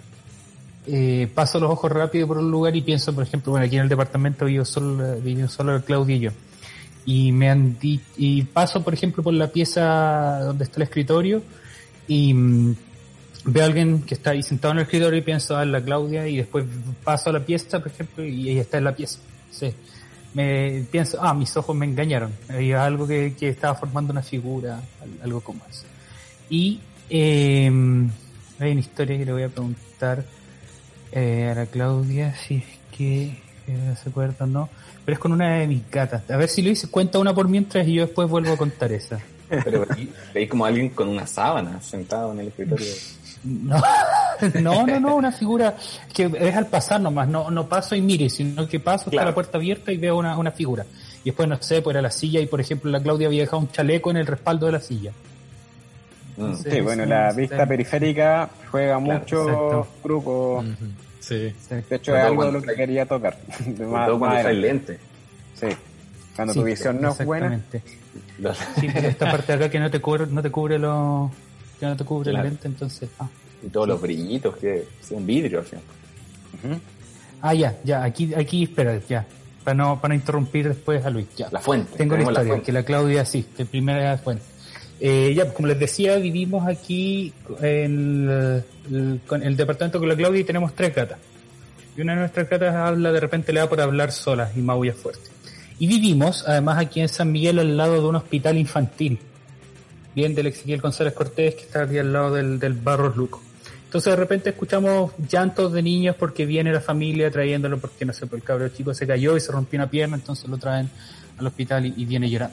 eh, paso los ojos rápido por un lugar y pienso, por ejemplo, bueno, aquí en el departamento vivo solo, vivo solo Claudia y yo. Y me han di- y paso, por ejemplo, por la pieza donde está el escritorio y mm, veo a alguien que está ahí sentado en el escritorio y pienso, ah, la Claudia, y después paso a la pieza, por ejemplo, y ella está en la pieza. Sí. Me pienso, ah, mis ojos me engañaron. Había algo que, que estaba formando una figura, algo como eso. Y eh, hay una historia que le voy a preguntar eh, a la Claudia, si es que eh, se acuerda o no, pero es con una de mis gatas. A ver si lo hice, cuenta una por mientras y yo después vuelvo a contar esa. Pero veis como alguien con una sábana sentado en el escritorio. No, no, no, no, una figura que es al pasar nomás, no, no paso y mire, sino que paso, claro, está la puerta abierta y veo una, una figura. Y después, no sé, pues era la silla y, por ejemplo, la Claudia había dejado un chaleco en el respaldo de la silla. Entonces, sí, bueno, la vista periférica juega claro, mucho exacto. truco. Uh-huh. Sí. De hecho, es algo de lo que quería tocar. De más, todo cuando trae lente. Sí. Cuando sí, tu visión no es buena. Sí, pero esta parte de acá que no te cubre, no te cubre lo, que no te cubre claro. la lente, entonces. Ah. Y todos sí. los brillitos que son vidrio, ¿sí? Uh-huh. Ah, ya, ya, aquí, aquí, espera, ya. Para no, para no interrumpir después a Luis, ya. La fuente. Tengo la historia, la que la Claudia sí, que primera fuente. Eh, ya, como les decía, vivimos aquí en el, el, con el departamento con la Claudia y tenemos tres gatas. Y una de nuestras gatas habla, de repente le da por hablar sola y maulla fuerte. Y vivimos, además, aquí en San Miguel, al lado de un hospital infantil. Bien, del Ezequiel González Cortés, que está aquí al lado del, del Barros Luco. Entonces, de repente escuchamos llantos de niños porque viene la familia trayéndolo, porque, no sé, pues el cabro chico se cayó y se rompió una pierna, entonces lo traen al hospital y, y viene llorando.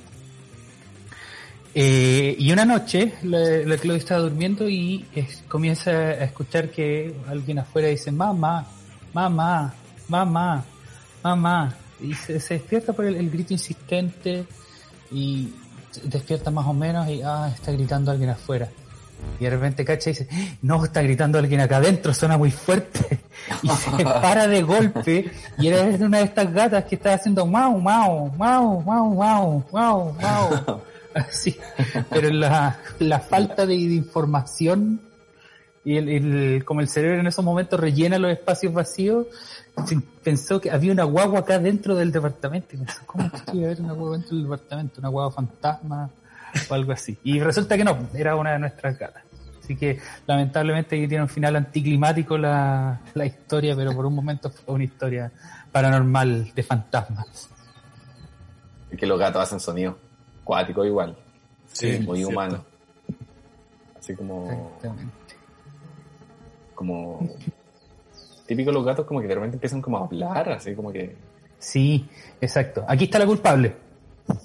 Eh, y una noche, la, la Claudia estaba durmiendo y es, comienza a escuchar que alguien afuera dice, mamá, mamá, mamá, mamá. Y se, se despierta por el, el grito insistente y despierta más o menos y ah, está gritando alguien afuera. Y de repente cacha y dice, no, está gritando alguien acá adentro, suena muy fuerte. Y se para de golpe y era una de estas gatas que estaba haciendo mau, mau, mau, mau, mau, mau, mau. Así. Pero la, la falta de, de información y el, el, como el cerebro en esos momentos rellena los espacios vacíos, pensó que había una guagua acá dentro del departamento y pensó, ¿cómo que iba a haber una guagua dentro del departamento? Una guagua fantasma o algo así. Y resulta que no, era una de nuestras gatas. Así que lamentablemente tiene un final anticlimático la, la historia, pero por un momento fue una historia paranormal de fantasmas. Es que los gatos hacen sonido acuático igual. Sí, muy cierto. humano. Así como... Exactamente. Como... Típico los gatos como que de repente empiezan como a hablar, así como que... Sí, exacto. Aquí está la culpable.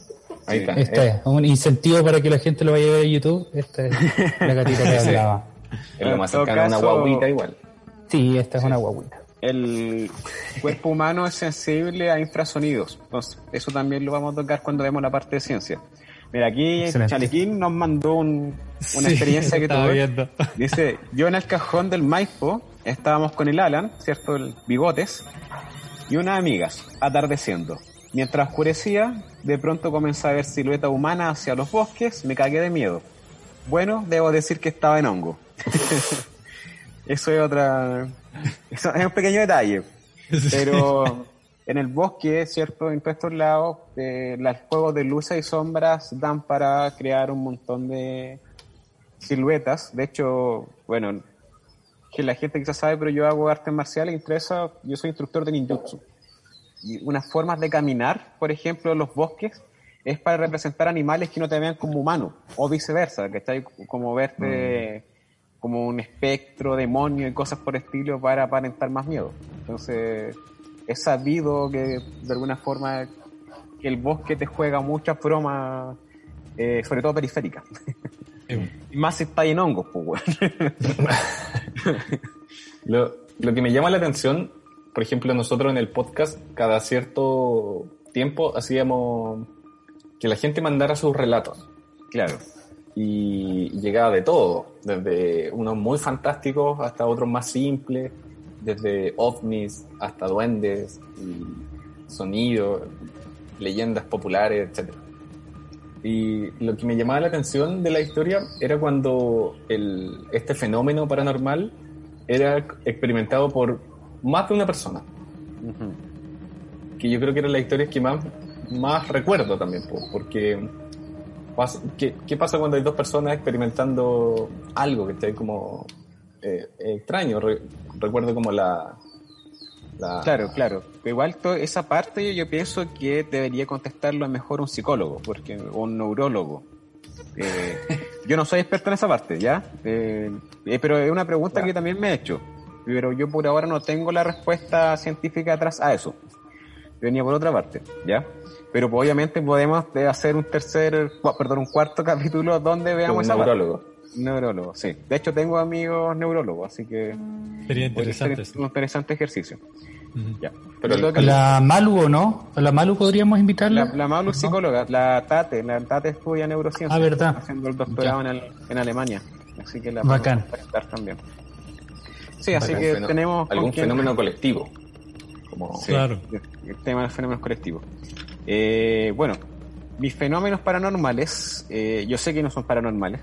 Ahí está. Este es un incentivo para que la gente lo vaya a ver en YouTube. Esta es la gatita que hablaba. Es lo más cercano a una guaguita igual. Sí, esta es sí. una guaguita. El cuerpo humano es sensible a infrasonidos. Entonces, eso también lo vamos a tocar cuando vemos la parte de ciencia. Mira, aquí Excelente. Chalequín nos mandó un, una sí, experiencia que tuvo. Viendo. Dice, yo en el cajón del Maipo estábamos con el Alan, ¿cierto? El Bigotes, y unas amigas, atardeciendo. Mientras oscurecía, de pronto comencé a ver silueta humana hacia los bosques, me cagué de miedo. Bueno, debo decir que estaba en hongo. Eso es otra... Eso es un pequeño detalle. Pero... En el bosque, ¿cierto? En todos estos lados, eh, los juegos de luces y sombras dan para crear un montón de siluetas. De hecho, bueno, que la gente quizás sabe, pero yo hago artes marciales, interesa, yo soy instructor de ninjutsu. Y unas formas de caminar, por ejemplo, en los bosques, es para representar animales que no te vean como humanos, o viceversa, que está como verte mm. como un espectro, demonio y cosas por el estilo para aparentar más miedo. Entonces... es sabido que de alguna forma que el bosque te juega muchas bromas, eh, sobre todo periféricas. Y más si está en hongos, pues, bueno. lo, lo que me llama la atención, por ejemplo, nosotros en el podcast, cada cierto tiempo hacíamos que la gente mandara sus relatos. Claro. Y llegaba de todo, desde unos muy fantásticos hasta otros más simples, desde ovnis hasta duendes y sonidos, leyendas populares, etcétera. Y lo que me llamaba la atención de la historia era cuando el, este fenómeno paranormal era experimentado por más de una persona. Uh-huh. Que yo creo que eran las historias que más, más recuerdo también, porque ¿qué, ¿qué pasa cuando hay dos personas experimentando algo que esté como... Eh, extraño? Re, recuerdo como la, la... Claro, claro. Igual toda esa parte yo pienso que debería contestarlo mejor un psicólogo, porque o un neurólogo. Eh, yo no soy experto en esa parte, ¿ya? Eh, eh, pero es una pregunta ya. que también me he hecho. Pero yo por ahora no tengo la respuesta científica atrás a eso. Venía por otra parte, ¿ya? Pero pues, obviamente podemos hacer un tercer, perdón, un cuarto capítulo donde veamos un esa neurólogo. parte. Neurólogo, sí. De hecho, tengo amigos neurólogos, así que... Sería interesante. Un interesante ejercicio. Uh-huh. Ya. Pero que la Malu, ¿o no? ¿A la Malu podríamos invitarla? La, la Malu es psicóloga, la Tate. La Tate estudia neurociencia. Ah, ¿verdad? Haciendo el doctorado en, el, en Alemania. Así que la Bacán. podemos estar también. Sí, así Bacán. que Fenó- tenemos... Algún fenómeno colectivo. Como... Sí, claro. El tema de los fenómenos colectivos. Eh, bueno, mis fenómenos paranormales, eh, yo sé que no son paranormales,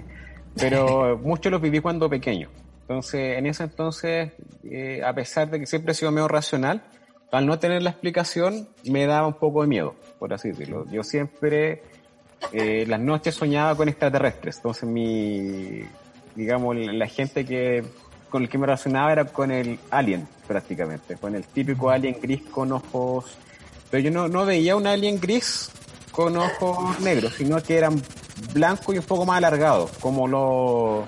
pero muchos los viví cuando pequeño. Entonces, en ese entonces, eh, a pesar de que siempre he sido medio racional, al no tener la explicación, me daba un poco de miedo, por así decirlo. Yo siempre, eh, las noches soñaba con extraterrestres. Entonces, mi, digamos, la gente que con el que me relacionaba era con el alien, prácticamente, con el típico alien gris con ojos... Pero yo no, no veía un alien gris con ojos negros, sino que eran blancos y un poco más alargados, como los...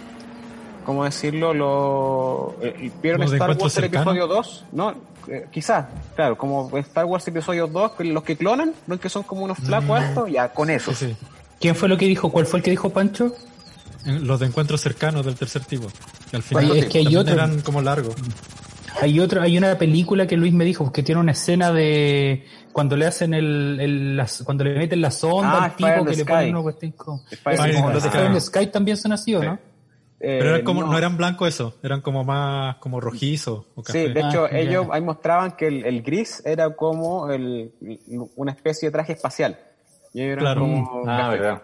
¿Cómo decirlo? Los... Eh, ¿Vieron Star Wars el episodio dos? No, eh, quizás, claro, como Star Wars episodio dos, los que clonan, ¿no? Que son como unos flacos mm. altos, ya, con eso. Sí, sí. ¿Quién fue lo que dijo? ¿Cuál fue el que dijo Pancho? Los de encuentros cercanos del tercer tipo. Que al final Oye, es que hay otro, eran como largos. Hay otro, hay una película que Luis me dijo que tiene una escena de cuando le hacen el, el las, cuando le meten la sonda ah, al tipo que le ponen una cuestión como los de Fire Sky también son así, ¿o no? Sí. Pero eran como, no. no eran blancos eso, eran como más como rojizos o café. Sí, de hecho ah, ellos ya. ahí mostraban que el, el gris era como el, una especie de traje espacial. Y ellos eran claro. como Ah, verdad.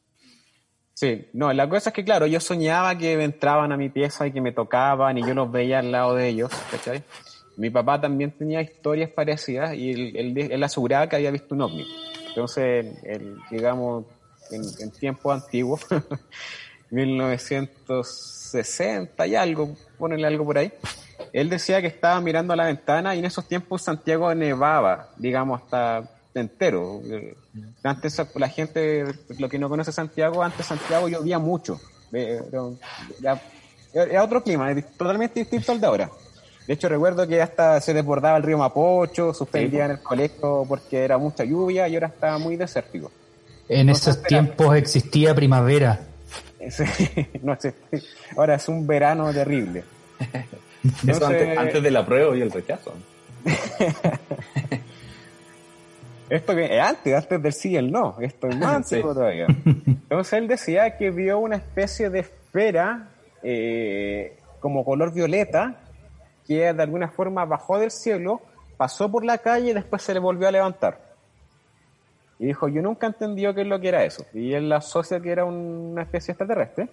Sí, no, la cosa es que claro, yo soñaba que entraban a mi pieza y que me tocaban y yo los veía al lado de ellos, ¿cachai? Mi papá también tenía historias parecidas y él, él, él aseguraba que había visto un ovni. Entonces, él, digamos, en, en tiempos antiguos, mil novecientos sesenta y algo, ponele algo por ahí, él decía que estaba mirando a la ventana y en esos tiempos Santiago nevaba, digamos, hasta entero. Antes la gente, lo que no conoce Santiago, antes Santiago llovía mucho. Era, era otro clima, totalmente distinto al de ahora. De hecho, recuerdo que hasta se desbordaba el río Mapocho, suspendían el colegio porque era mucha lluvia y ahora está muy desértico. En esos tiempos existía primavera. Sí, no existe. Ahora es un verano terrible. Entonces, Eso antes, antes de la prueba y el rechazo. Esto que antes, antes del sí y el no. Esto es más antiguo sí. todavía. Entonces él decía que vio una especie de esfera eh, como color violeta que de alguna forma bajó del cielo, pasó por la calle y después se le volvió a levantar. Y dijo, yo nunca entendió qué es lo que era eso. Y él asocia que era una especie extraterrestre.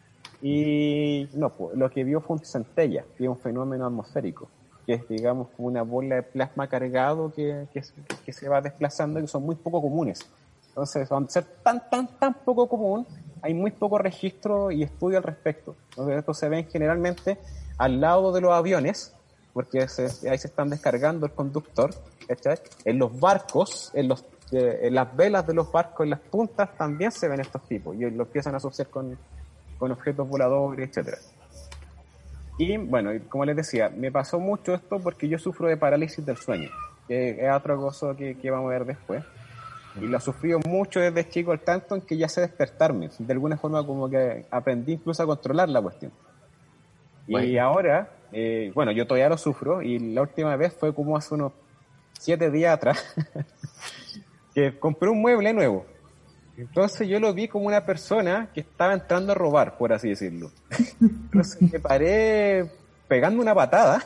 Y no, pues, lo que vio fue un centella, que es un fenómeno atmosférico, que es, digamos, como una bola de plasma cargado que, que, que se va desplazando y que son muy poco comunes. Entonces, al ser tan, tan, tan poco común, hay muy poco registro y estudio al respecto. Entonces, esto se ve generalmente al lado de los aviones, porque se, ahí se están descargando el conductor, ¿cachai? En los barcos, en, los, eh, en las velas de los barcos, en las puntas, también se ven estos tipos, y lo empiezan a asociar con, con objetos voladores, etcétera. Y bueno, como les decía, me pasó mucho esto porque yo sufro de parálisis del sueño, que es otra cosa que, que vamos a ver después. Y lo sufrí mucho desde chico, al tanto en que ya sé despertarme. De alguna forma como que aprendí incluso a controlar la cuestión. Bueno. Y ahora, eh, bueno, yo todavía lo sufro, y la última vez fue como hace unos siete días atrás, que compré un mueble nuevo. Entonces yo lo vi como una persona que estaba entrando a robar, por así decirlo. Entonces me paré pegando una patada,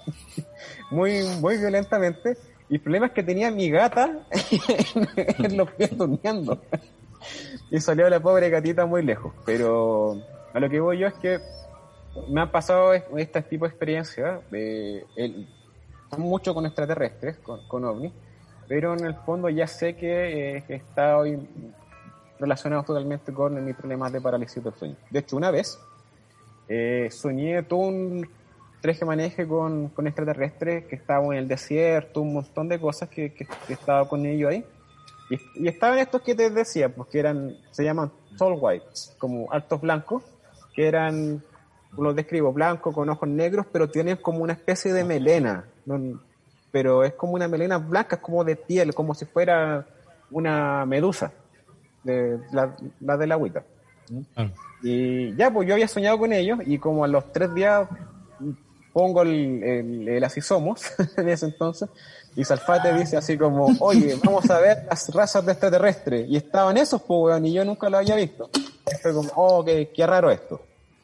muy, muy violentamente, y el problema es que tenía a mi gata en los pies durmiendo. Y salió la pobre gatita muy lejos. Pero a lo que voy yo es que me han pasado este tipo de experiencias, eh, el, mucho con extraterrestres, con, con ovnis, pero en el fondo ya sé que eh, está hoy relacionado totalmente con mis problemas de parálisis del sueño. De hecho, una vez eh, soñé todo un treje-maneje con, con extraterrestres, que estaba en el desierto, un montón de cosas que, que, que estaba con ellos ahí. Y, y estaban estos que te decía, pues que eran, se llaman tall whites, como altos blancos, que eran, los describo, blancos con ojos negros, pero tienen como una especie de melena, ¿no? Pero es como una melena blanca, es como de piel, como si fuera una medusa, de, la, la de la agüita. Ah. Y ya, pues yo había soñado con ellos, y como a los tres días pongo el, el, el Así Somos, en ese entonces, y Salfate dice así como, oye, vamos a ver las razas de extraterrestres, y estaban esos, pues, weón, y yo nunca los había visto. Y fue como, oh, qué, qué raro esto.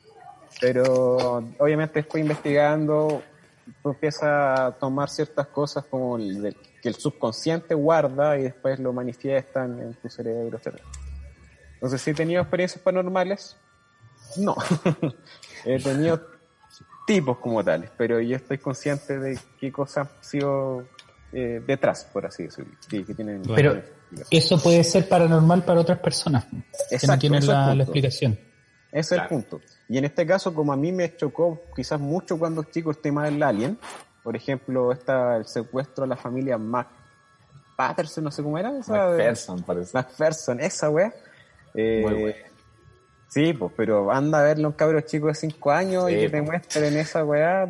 Pero obviamente después investigando, empieza a tomar ciertas cosas como el, el, que el subconsciente guarda y después lo manifiestan en tu cerebro, etcétera. Entonces, ¿sí he tenido experiencias paranormales? No. He tenido tipos como tales, pero yo estoy consciente de qué cosas han sido eh, detrás, por así decirlo. Sí, que tienen pero eso puede ser paranormal para otras personas. Exacto, que no tienen la, la explicación. Ese es claro. El punto. Y en este caso, como a mí me chocó quizás mucho cuando chico el tema del alien, por ejemplo, está el secuestro de la familia Mac Patterson, no sé cómo era esa. McPherson, parece. McPherson, esa wea. Eh, Muy bueno. Sí, pues, pero anda a verlo a un cabro chico de cinco años sí, y que te muestren esa weá.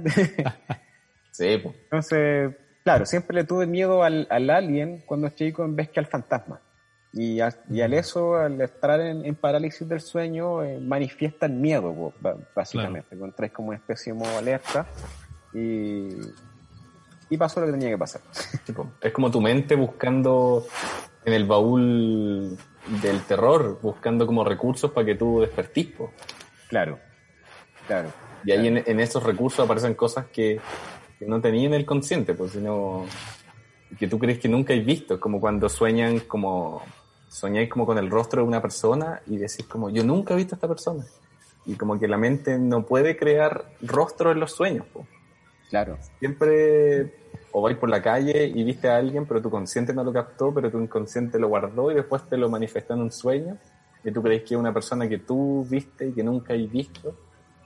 Sí, pues. Entonces, claro, siempre le tuve miedo al, al alien cuando chico en vez que al fantasma. Y, a, y al eso, al estar en, en parálisis del sueño, eh, manifiesta el miedo, básicamente. Claro. Contraes como una especie de modo alerta y, y pasó lo que tenía que pasar. Es como tu mente buscando en el baúl del terror, buscando como recursos para que tú despertís, po. Claro, claro. Y ahí claro. En, en esos recursos aparecen cosas que, que no tenías en el consciente, pues, sino que tú crees que nunca has visto. Es como cuando sueñan como... soñáis como con el rostro de una persona y decís como, yo nunca he visto a esta persona. Y como que la mente no puede crear rostro en los sueños, po. Claro. Siempre o vais por la calle y viste a alguien, pero tu consciente no lo captó, pero tu inconsciente lo guardó y después te lo manifestó en un sueño y tú crees que es una persona que tú viste y que nunca has visto.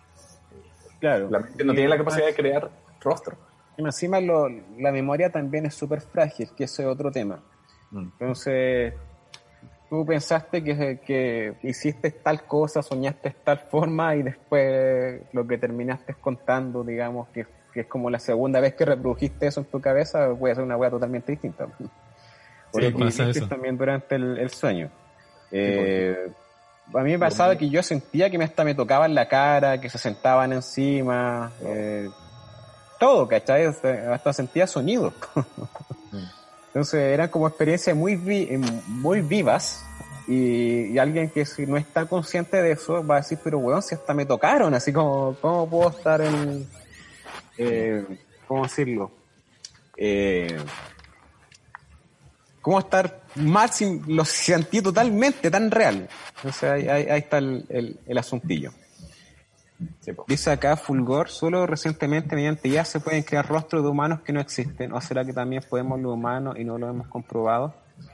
Claro. La mente no tiene la capacidad de crear rostro. Y encima lo, la memoria también es súper frágil, que ese es otro tema. Mm. Entonces, tú pensaste que, que hiciste tal cosa, soñaste tal forma y después lo que terminaste contando, digamos, que, que es como la segunda vez que reprodujiste eso en tu cabeza, puede ser una hueá totalmente distinta. O Sí, lo que pasa hiciste eso. también durante el, el sueño. Eh, a mí me pasaba que yo sentía que me hasta me tocaban la cara, que se sentaban encima, eh, todo, ¿cachai? Hasta, hasta sentía sonidos. Entonces eran como experiencias muy vi- muy vivas y, y alguien que si no está consciente de eso va a decir, pero weón, si hasta me tocaron, así como, ¿cómo puedo estar en... Eh, ¿cómo decirlo? Eh, ¿Cómo estar mal si lo sentí totalmente tan real? Entonces ahí, ahí, ahí está el, el, el asuntillo. Sí, dice acá Fulgor, solo recientemente mediante I A se pueden crear rostros de humanos que no existen, ¿o será que también podemos los humanos y no lo hemos comprobado?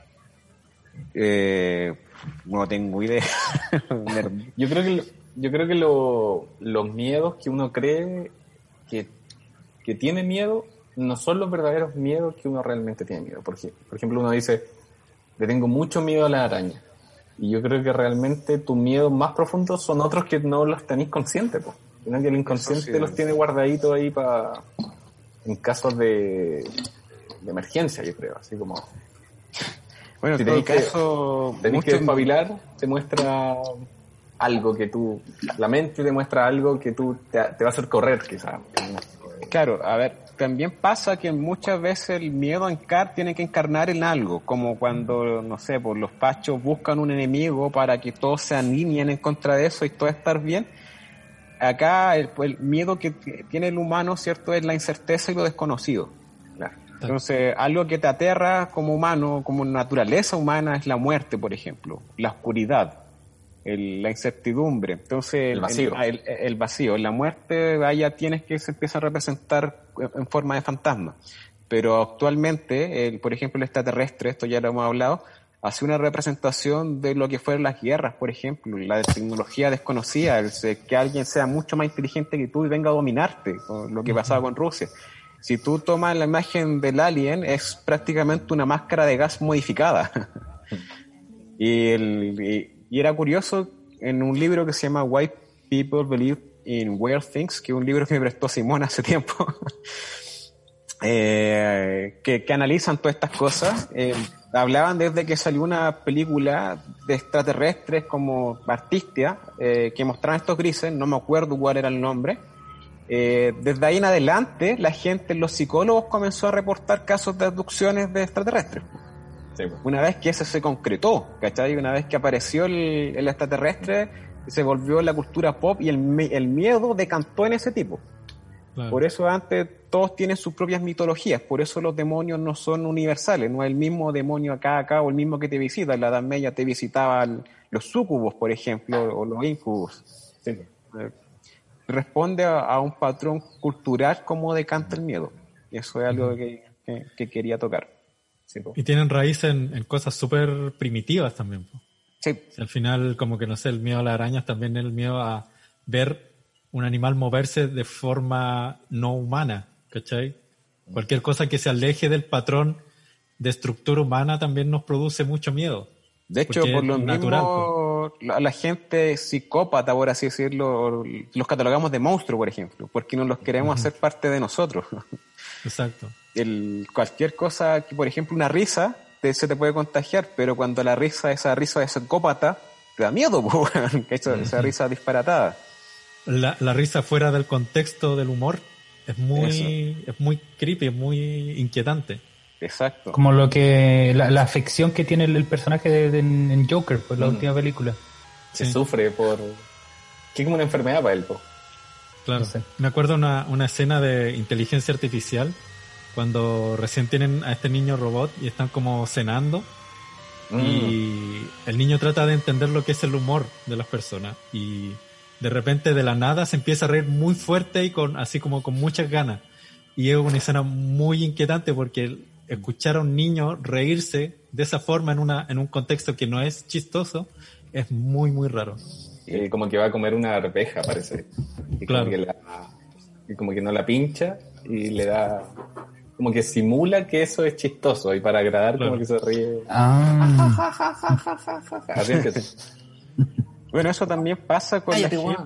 Eh, no tengo idea. yo creo que yo creo que lo, los miedos que uno cree que, que tiene miedo no son los verdaderos miedos que uno realmente tiene miedo. Porque, por ejemplo, uno dice, le tengo mucho miedo a las arañas. Y yo creo que realmente tus miedos más profundos son otros que no los tenéis conscientes, pues. Sino que el inconsciente sí, los tiene guardaditos ahí para en casos de, de emergencia, yo creo. Así como... Bueno, si en todo tenés caso... que, tenés que despabilar, te muestra algo que tú... La mente te muestra algo que tú te, te va a hacer correr, quizás. Claro, a ver, también pasa que muchas veces el miedo a encar tiene que encarnar en algo, como cuando, no sé, pues los pachos buscan un enemigo para que todos se alineen en contra de eso y todo estar bien. Acá el, el miedo que tiene el humano, ¿cierto?, es la incerteza y lo desconocido. Claro. Entonces, algo que te aterra como humano, como naturaleza humana, es la muerte, por ejemplo, la oscuridad, el, la incertidumbre. Entonces, el vacío. El, el, el vacío. La muerte, vaya, tienes que se empieza a representar en forma de fantasma. Pero actualmente, el, por ejemplo, el extraterrestre, esto ya lo hemos hablado, hace una representación de lo que fueron las guerras, por ejemplo, la tecnología desconocida, el, que alguien sea mucho más inteligente que tú y venga a dominarte, lo que pasaba con Rusia. Si tú tomas la imagen del alien, es prácticamente una máscara de gas modificada. y, el, y, y era curioso, en un libro que se llama Why People Believe in Weird Things, que es un libro que me prestó Simón hace tiempo, eh, que, que analizan todas estas cosas, eh, hablaban desde que salió una película de extraterrestres como Artistia, eh, que mostraban estos grises, no me acuerdo cuál era el nombre. Eh, desde ahí en adelante, la gente, los psicólogos comenzó a reportar casos de abducciones de extraterrestres. Sí, pues. Una vez que eso se concretó, ¿cachai? Una vez que apareció el, el extraterrestre, se volvió la cultura pop y el, el miedo decantó en ese tipo. Claro. Por eso antes todos tienen sus propias mitologías, por eso los demonios no son universales, no es el mismo demonio acá, acá, o el mismo que te visita. En la Edad Media te visitaban los súcubos, por ejemplo, o los incubos. Sí. Eh, responde a, a un patrón cultural como decanta el miedo. Y eso es algo uh-huh. que, que, que quería tocar. Sí, y tienen raíz en, en cosas súper primitivas también. Sí. O sea, al final, como que no sé, el miedo a las arañas también es el miedo a ver un animal moverse de forma no humana, ¿cachai? Uh-huh. Cualquier cosa que se aleje del patrón de estructura humana también nos produce mucho miedo. De hecho, por lo natural, mismo, la, la gente psicópata, por así decirlo, los catalogamos de monstruos, por ejemplo, porque no los queremos uh-huh. hacer parte de nosotros. Exacto. El, cualquier cosa, que, por ejemplo, una risa, te, se te puede contagiar, pero cuando la risa, esa risa de psicópata, te da miedo, esa, uh-huh. esa risa disparatada. La, la risa fuera del contexto del humor es muy, es muy creepy, es muy inquietante. Exacto. Como lo que la, la afección que tiene el, el personaje de, de, en Joker, pues la mm. última película. Se sí. sufre por... que es como una enfermedad para él, po. Claro. No sé. Me acuerdo una, una escena de inteligencia artificial cuando recién tienen a este niño robot y están como cenando mm. y el niño trata de entender lo que es el humor de las personas y de repente de la nada se empieza a reír muy fuerte y con así como con muchas ganas. Y es una escena muy inquietante porque escuchar a un niño reírse de esa forma en una en un contexto que no es chistoso es muy muy raro. Eh, como que va a comer una arveja, parece. Y claro. Como que, la, y como que no la pincha y le da como que simula que eso es chistoso y para agradar claro. como que se ríe. Ah. Así empieza. Bueno, eso también pasa con la gente.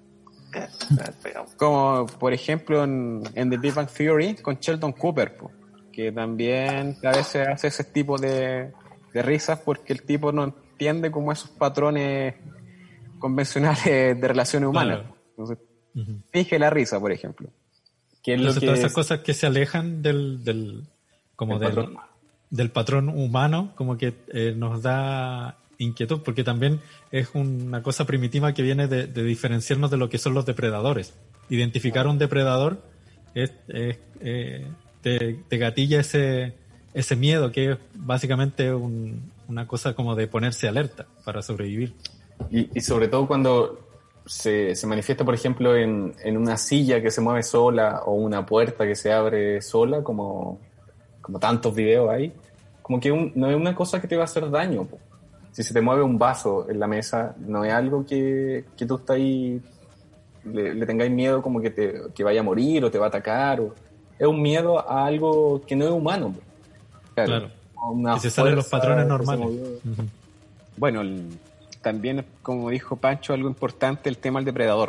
Como por ejemplo en, en The Big Bang Theory con Sheldon Cooper, po, que también a veces hace ese tipo de, de risas porque el tipo no entiende como esos patrones convencionales de relaciones humanas. Claro. Entonces, uh-huh. finge la risa, por ejemplo. Que es Entonces, lo que todas es... esas cosas que se alejan del, del como del, patrón. del patrón humano, como que eh, nos da inquietud, porque también es una cosa primitiva que viene de, de diferenciarnos de lo que son los depredadores. Identificar un depredador es, es eh, te, te gatilla ese, ese miedo, que es básicamente un, una cosa como de ponerse alerta para sobrevivir. Y, y sobre todo cuando se, se manifiesta, por ejemplo, en, en una silla que se mueve sola o una puerta que se abre sola, como, como tantos videos hay, como que un, no es una cosa que te va a hacer daño, po. Si se te mueve un vaso en la mesa, no es algo que, que tú estás ahí, le, le tengáis miedo como que, te, que vaya a morir o te va a atacar. O, es un miedo a algo que no es humano. Claro, claro. Una que se salen los patrones normales. Uh-huh. Bueno, el, también, como dijo Pancho, algo importante, el tema del depredador.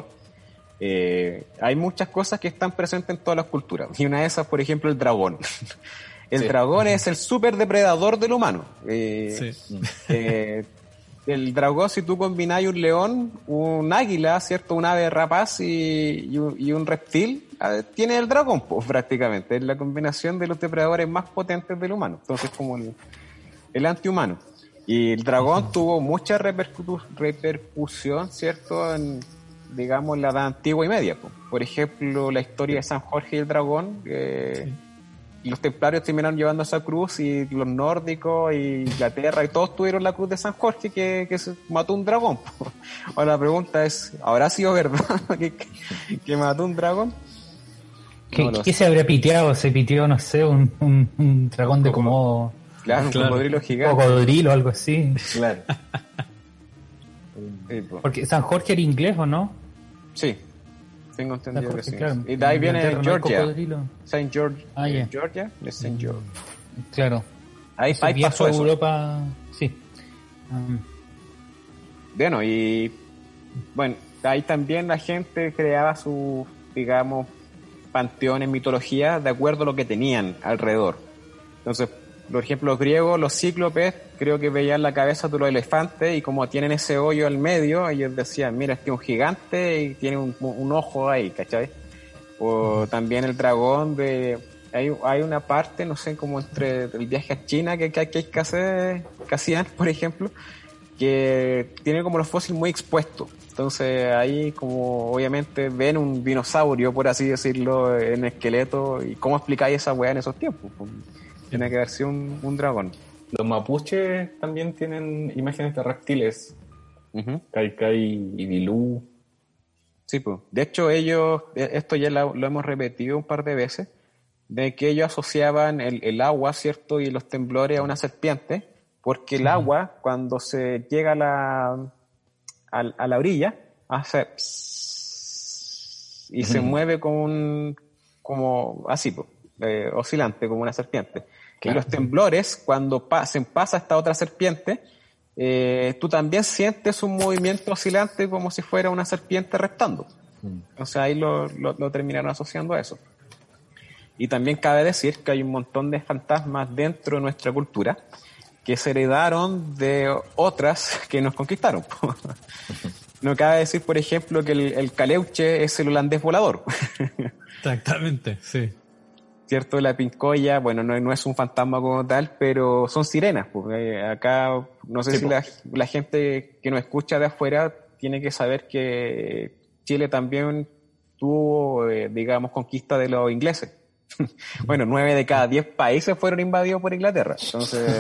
Eh, hay muchas cosas que están presentes en todas las culturas. Y una de esas, por ejemplo, el dragón. El sí. dragón es el super depredador del humano. Eh, sí. eh, el dragón, si tú combinas un león, un águila, ¿cierto? Un ave rapaz y, y, un, y un reptil, eh, tiene el dragón, pues, prácticamente. Es la combinación de los depredadores más potentes del humano. Entonces, como el, el antihumano. Y el dragón uh-huh. tuvo mucha repercu- repercusión, ¿cierto? En, digamos, la edad antigua y media. Pues. Por ejemplo, la historia de San Jorge y el dragón. Eh, sí. Los templarios terminaron llevando esa cruz y los nórdicos y Inglaterra y todos tuvieron la cruz de San Jorge que, que se mató un dragón. Ahora la pregunta es, ¿habrá sido verdad que, que mató un dragón? ¿Qué, no ¿qué se habría piteado? Se piteó, no sé, un, un, un dragón de como... Claro, un claro. cocodrilo gigante. Un cocodrilo o algo así. Claro. Porque San Jorge era inglés, ¿o no? Sí. Tengo entendido Jorge, que sí. Claro. Y de ahí viene Georgia. Saint George. Ah, yeah. Georgia, de Saint George. Claro. Ahí, ahí pasó eso. Europa, sí. Um. Bueno, y bueno, ahí también la gente creaba sus, digamos, panteones, mitologías de acuerdo a lo que tenían alrededor. Entonces, por ejemplo, los griegos, los cíclopes, creo que veían la cabeza de los elefantes y como tienen ese hoyo al medio, ellos decían, mira, este es un gigante y tiene un, un ojo ahí, ¿cachai? O también el dragón de... Hay, hay una parte, no sé, como entre el viaje a China que, que hay que hacer, que hacían, por ejemplo, que tiene como los fósiles muy expuestos. Entonces ahí como obviamente ven un dinosaurio, por así decirlo, en esqueleto. ¿Y cómo explicáis esa weá en esos tiempos? Tiene que haber sido un, un dragón. Los mapuches también tienen imágenes de reptiles. Uh-huh. Caicai y Bilú. Sí, pues. De hecho, ellos, esto ya lo, lo hemos repetido un par de veces, de que ellos asociaban el, el agua, ¿cierto? Y los temblores a una serpiente, porque el uh-huh. agua, cuando se llega a la, a, a la orilla, hace pss, y uh-huh. se mueve como un, como así, pues. Eh, oscilante como una serpiente. Claro. Y los temblores, cuando pasen, pasa esta otra serpiente, eh, tú también sientes un movimiento oscilante como si fuera una serpiente reptando. Mm. O sea, ahí lo, lo, lo terminaron asociando a eso. Y también cabe decir que hay un montón de fantasmas dentro de nuestra cultura que se heredaron de otras que nos conquistaron. No cabe decir, por ejemplo, que el, el caleuche es el holandés volador. Exactamente, sí. ¿Cierto? La pincoya, bueno, no, no es un fantasma como tal, pero son sirenas. Porque acá, no sé sí, si la, la gente que nos escucha de afuera tiene que saber que Chile también tuvo, eh, digamos, conquista de los ingleses. Bueno, nueve de cada diez países fueron invadidos por Inglaterra. Entonces,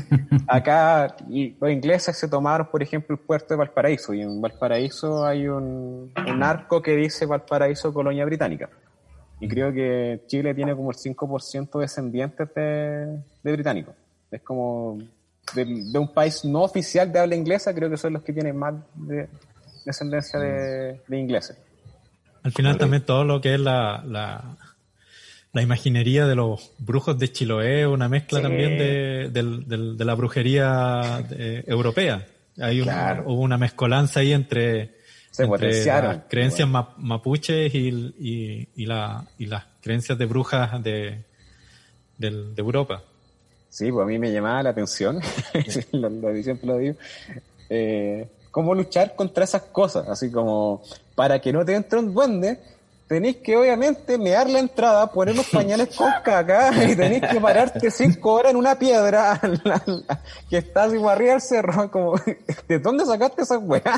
acá y los ingleses se tomaron, por ejemplo, el puerto de Valparaíso. Y en Valparaíso hay un, un arco que dice Valparaíso, colonia británica. Y creo que Chile tiene como el cinco por ciento de descendientes de, de británicos. Es como de, de un país no oficial de habla inglesa, creo que son los que tienen más de, descendencia de, de ingleses. Al final también todo lo que es la, la la imaginería de los brujos de Chiloé, una mezcla Sí. también de, del- del- de la brujería de- europea. Hay un- Claro. hubo una mezcolanza ahí entre, Se entre potenciaron. las creencias ma- mapuches y, y, y, la, y las creencias de brujas de, del- de Europa. Sí, pues a mí me llamaba la atención, lo, lo siempre lo digo, eh, cómo luchar contra esas cosas, así como, para que no te entre un duende, tenéis que obviamente mear la entrada, poner unos pañales con caca, y tenéis que pararte cinco horas en una piedra la- la- que está así arriba del cerro, como, ¿de dónde sacaste esas weas?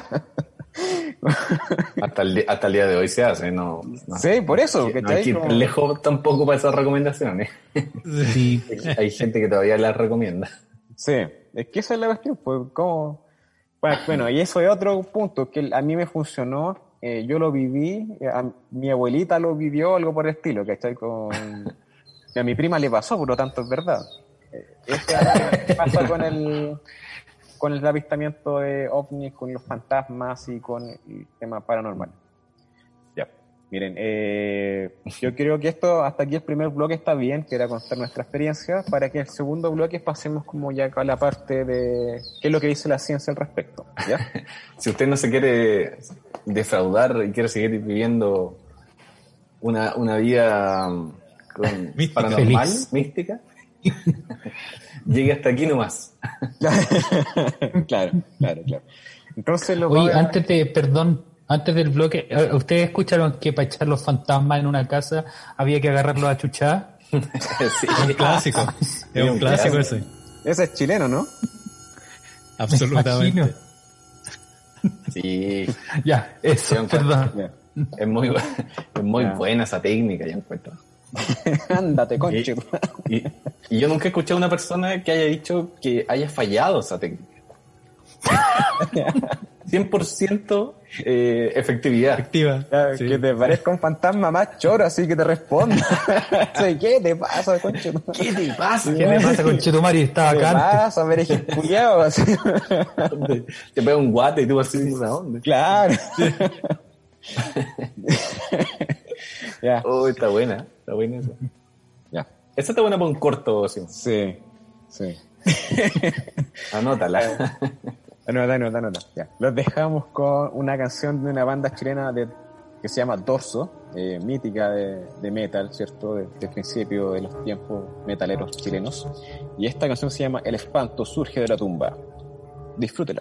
Hasta el, di- hasta el día de hoy se hace, no, no, Sí, por eso, no ¿cachai? hay que ir Como- tan lejos tampoco para esas recomendaciones. Sí. Hay gente que todavía las recomienda. Sí, es que esa es la cuestión, pues, ¿cómo? Bueno, bueno, y eso es otro punto, que a mí me funcionó, eh, yo lo viví, eh, a mi abuelita lo vivió, algo por el estilo, ¿cachai? Con... y a mi prima le pasó, por lo tanto es verdad. Eh, Eso pasa con el, con el avistamiento de ovnis, con los fantasmas y con el tema paranormal. Ya, miren, eh, yo creo que esto, hasta aquí el primer bloque está bien, que era contar nuestra experiencia, para que el segundo bloque pasemos como ya a la parte de qué es lo que dice la ciencia al respecto, ¿ya? Si usted no se quiere defraudar y quiere seguir viviendo una, una vida um, con Mística. paranormal, Feliz. mística, llegue hasta aquí nomás. Claro, claro, claro. Entonces lo Oye, vamos a- antes de, perdón, antes del bloque, ¿eh, ¿ustedes escucharon que para echar los fantasmas en una casa había que agarrarlos a chuchar? Sí. Es un clásico. Es un un clásico clásico. ese. ese es chileno, ¿no? Absolutamente. Imagino. Sí, Ya, eso, Sí, perdón. Ya. es muy, bu- es muy Ya. buena esa técnica, ya encuentro. Ándate, Y, conche. y- y yo nunca he escuchado a una persona que haya dicho que haya fallado esa técnica. cien por ciento eh, efectividad. Efectiva. Ya, Sí. Que te parezca un fantasma más choro, así que te responda. Sí, ¿qué te pasa, conche? ¿Qué te pasa? ¿Qué le pasa con Chetumari? Estaba ¿Qué te acá antes. pasa, pereje culiao? Así. Te pega un guate y tú así dices, ¿a dónde? Claro. Ya, Oh, está buena, está buena esa. ya. Esa está buena para un corto, Simón. Sí, sí. Anótala. Anota, anota, anota. Ya. Los dejamos con una canción de una banda chilena de, que se llama Dorso, eh, mítica de, de metal, ¿cierto? De, de principio de los tiempos metaleros chilenos. Y esta canción se llama El espanto surge de la tumba. Disfrútela.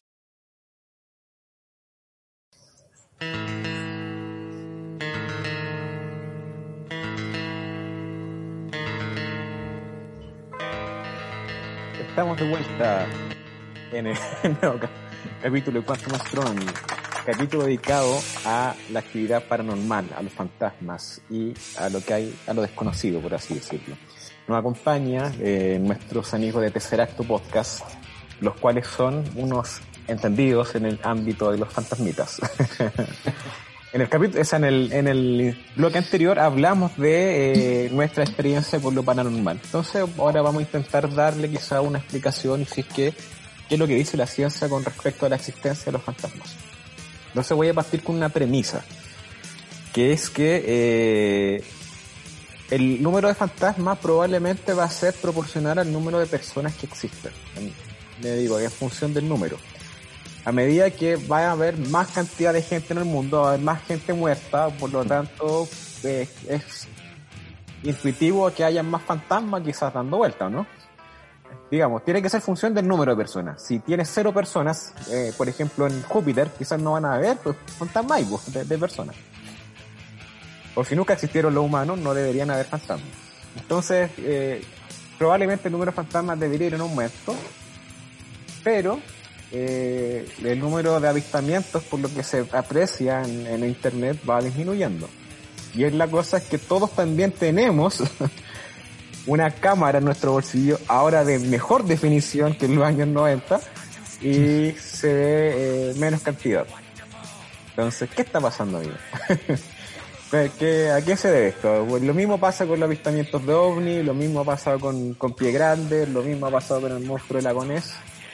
Estamos de vuelta en el nuevo ca- capítulo de Quantum Astronomy, capítulo dedicado a la actividad paranormal, a los fantasmas y a lo que hay, a lo desconocido, por así decirlo. Nos acompaña eh, nuestros amigos de Tercer Acto Podcast, los cuales son unos entendidos en el ámbito de los fantasmitas. En el capítulo, o sea, en el, en el bloque anterior hablamos de eh, nuestra experiencia con lo paranormal. Entonces ahora vamos a intentar darle quizá una explicación y si es que qué es lo que dice la ciencia con respecto a la existencia de los fantasmas. Entonces voy a partir con una premisa, que es que eh, el número de fantasmas probablemente va a ser proporcional al número de personas que existen. Le digo, en función del número. A medida que va a haber más cantidad de gente en el mundo, va a haber más gente muerta, por lo tanto eh, es intuitivo que haya más fantasmas quizás dando vueltas, ¿no? Digamos, tiene que ser función del número de personas. Si tienes cero personas, eh, por ejemplo en Júpiter, quizás no van a haber pues, fantasmas hay, pues, de, de personas. O si nunca existieron los humanos, no deberían haber fantasmas. Entonces, eh, probablemente el número de fantasmas debería ir en aumento, pero eh, el número de avistamientos, por lo que se aprecia en, en internet, va disminuyendo. Y es la cosa es que todos también tenemos una cámara en nuestro bolsillo, ahora de mejor definición que en los años noventa, y se ve eh, menos cantidad. Entonces, ¿qué está pasando ahí? ¿Qué, ¿A qué se debe esto? Pues lo mismo pasa con los avistamientos de ovni, lo mismo ha pasado con, con Pie Grande, lo mismo ha pasado con el monstruo de Lago Ness.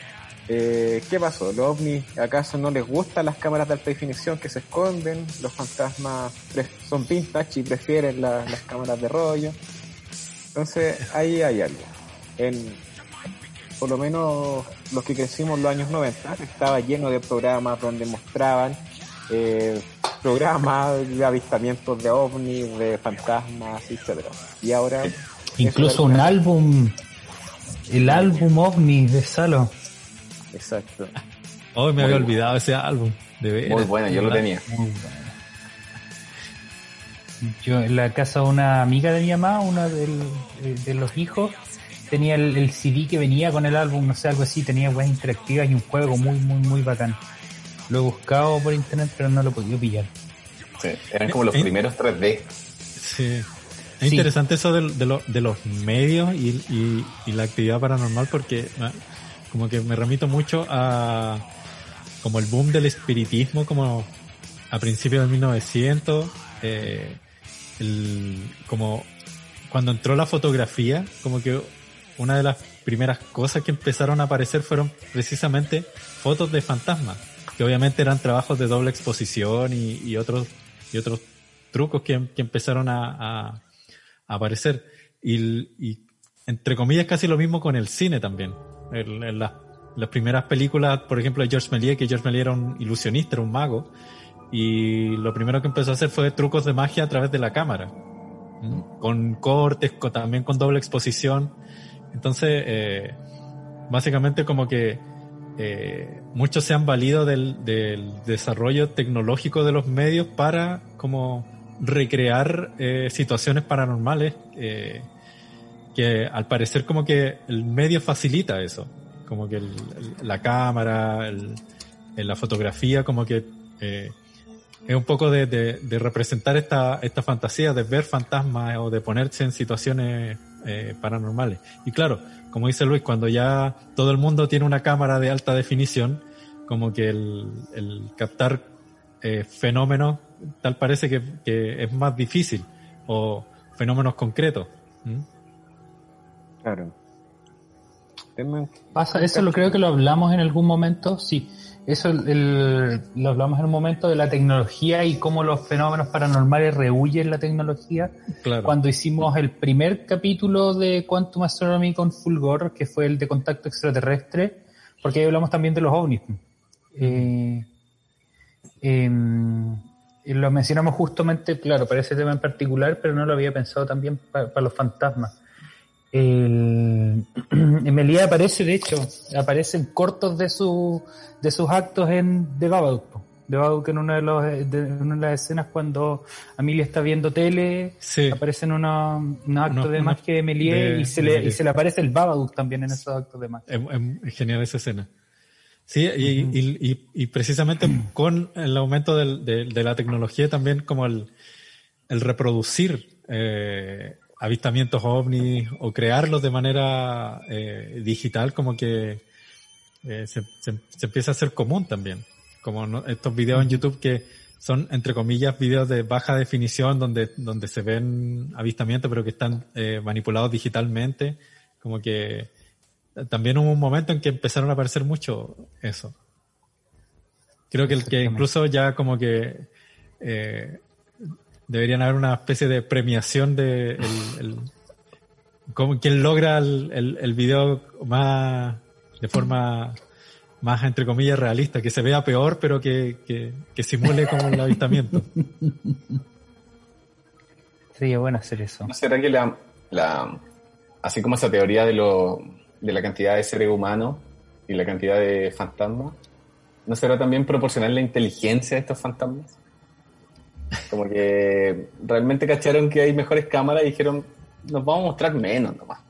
Eh, ¿Qué pasó? ¿Los ovnis acaso no les gustan las cámaras de alta definición que se esconden? ¿Los fantasmas son vintage y prefieren la, las cámaras de rollo? Entonces ahí hay algo. En, por lo menos los que crecimos en los años noventa, estaba lleno de programas donde mostraban eh, programas de avistamientos de ovnis, de fantasmas, etcétera. Y ahora incluso un álbum, el álbum ovni de Salo. Exacto. Oh, me había olvidado ese álbum. De veras. Muy bueno, yo lo tenía. Muy bueno. Yo en la casa de una amiga de mi mamá, uno del, de, de los hijos, tenía el, el C D que venía con el álbum, no sé, algo así, tenía weas interactivas y un juego muy, muy, muy bacán. Lo he buscado por internet, pero no lo he podido pillar. Sí, eran como los ¿Eh? primeros tres D. Sí. Es Sí. interesante eso de, de, lo, de los medios y, y, y la actividad paranormal, porque como que me remito mucho a como el boom del espiritismo, como a principios de mil novecientos, eh, el, como cuando entró la fotografía, como que una de las primeras cosas que empezaron a aparecer fueron precisamente fotos de fantasmas, que obviamente eran trabajos de doble exposición y, y otros y otros trucos que, que empezaron a, a, a aparecer. Y, y entre comillas casi lo mismo con el cine también. El, el, las, las primeras películas, por ejemplo, de Georges Méliès, que Georges Méliès era un ilusionista, era un mago, y lo primero que empezó a hacer fue trucos de magia a través de la cámara, ¿Mm? con cortes, con, también con doble exposición. Entonces, eh, básicamente como que eh, muchos se han valido del, del desarrollo tecnológico de los medios para como recrear eh, situaciones paranormales eh, que al parecer como que el medio facilita eso, como que el, el, la cámara, el, la fotografía, como que eh, es un poco de, de, de representar esta, esta fantasía de ver fantasmas o de ponerse en situaciones eh, paranormales. Y claro, como dice Luis, cuando ya todo el mundo tiene una cámara de alta definición, como que el, el captar eh, fenómenos tal parece que, que es más difícil, o fenómenos concretos. ¿Mm? Claro. Pasa, eso lo creo que lo hablamos en algún momento, sí. Eso el, el, lo hablamos en un momento de la tecnología y cómo los fenómenos paranormales rehuyen la tecnología. Claro. Cuando hicimos el primer capítulo de Quantum Astronomy con Fulgor, que fue el de contacto extraterrestre, porque ahí hablamos también de los ovnis. Eh, eh, lo mencionamos justamente, claro, para ese tema en particular, pero no lo había pensado también para, para los fantasmas. El, Méliès aparece, de hecho, aparecen cortos de su de sus actos en The Babadook. The Babadook en una de, los, de una de las escenas cuando Amelia está viendo tele, sí. aparecen unos una actos no, de magia de Méliès de, y se le y se le aparece el Babadook también en esos actos de magia. Es, es genial esa escena. Sí, y, uh-huh. y, y, y precisamente con el aumento del, de, de la tecnología también como el, el reproducir eh, avistamientos ovnis o crearlos de manera eh, digital, como que eh, se, se, se empieza a hacer común también. Como no, estos videos en YouTube que son, entre comillas, videos de baja definición donde, donde se ven avistamientos pero que están eh, manipulados digitalmente. Como que también hubo un momento en que empezaron a aparecer mucho eso. Creo que, el, que incluso ya como que eh, deberían haber una especie de premiación de el, el, como quien logra el, el, el video más de forma más entre comillas realista, que se vea peor pero que, que, que simule como el avistamiento. Sería bueno hacer eso. ¿No será que la, la así como esa teoría de lo de la cantidad de seres humanos y la cantidad de fantasmas, ¿no será también proporcionar la inteligencia de estos fantasmas? Como que realmente cacharon que hay mejores cámaras y dijeron, nos vamos a mostrar menos nomás.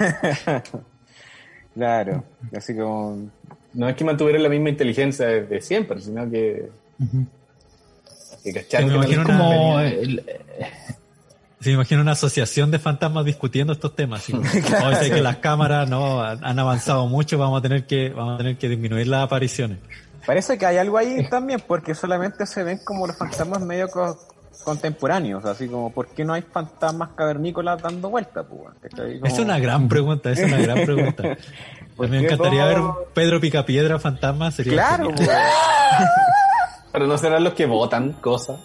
Claro, así como... No es que mantuvieran la misma inteligencia desde siempre, sino que... Uh-huh. Que cacharon sí, me que imagino no como el... Sí, me imagino una asociación de fantasmas discutiendo estos temas. ¿Sí? Claro. O sea, que las cámaras no han avanzado mucho, vamos a tener que vamos a tener que disminuir las apariciones. Parece que hay algo ahí también, porque solamente se ven como los fantasmas medio co- contemporáneos, así como, ¿por qué no hay fantasmas cavernícolas dando vueltas? Pues, como... Es una gran pregunta, es una gran pregunta. A mí me encantaría ver un Pedro Picapiedra fantasma, sería claro. Pero no serán los que votan cosas.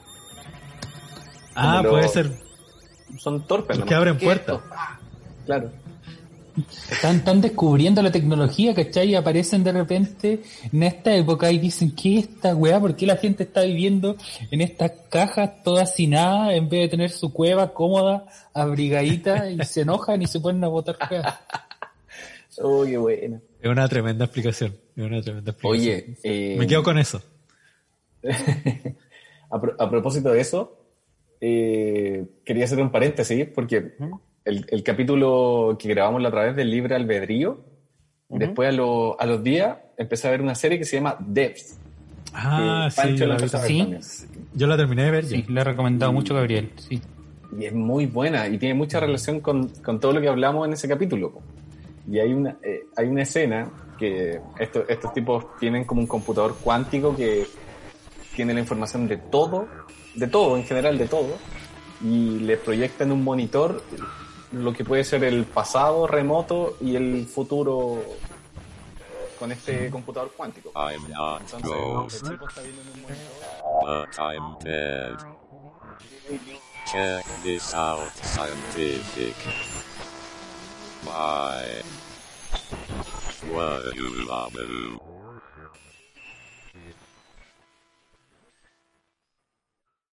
Ah, lo... puede ser. Son torpes, los que abren puertas. Claro. Están, están descubriendo la tecnología, ¿cachai? Y aparecen de repente en esta época y dicen, ¿qué es esta weá? ¿Por qué la gente está viviendo en estas cajas todas sin nada en vez de tener su cueva cómoda, abrigadita, y se enojan y se ponen a botar weá? Oh, qué buena. Es una tremenda explicación. Es una tremenda explicación. Oye, eh... me quedo con eso. a, pro- a propósito de eso, eh, quería hacer un paréntesis porque el, el capítulo que grabamos la otra vez del libre albedrío, uh-huh. después a, lo, a los días empecé a ver una serie que se llama Devs. Ah, sí, yo la, vi ¿Sí? yo la terminé de ver. Sí, ya. Le he recomendado y, mucho a Gabriel. Sí. Y es muy buena y tiene mucha relación con, con todo lo que hablamos en ese capítulo. Y hay una, eh, hay una escena que esto, estos tipos tienen como un computador cuántico que tiene la información de todo, de todo, en general de todo, y le proyectan un monitor lo que puede ser el pasado remoto y el futuro con este computador cuántico. I'm not Entonces, el tipo está viendo en un monitor. but I'm dead. Check this out, scientific. Bye. Wahoo.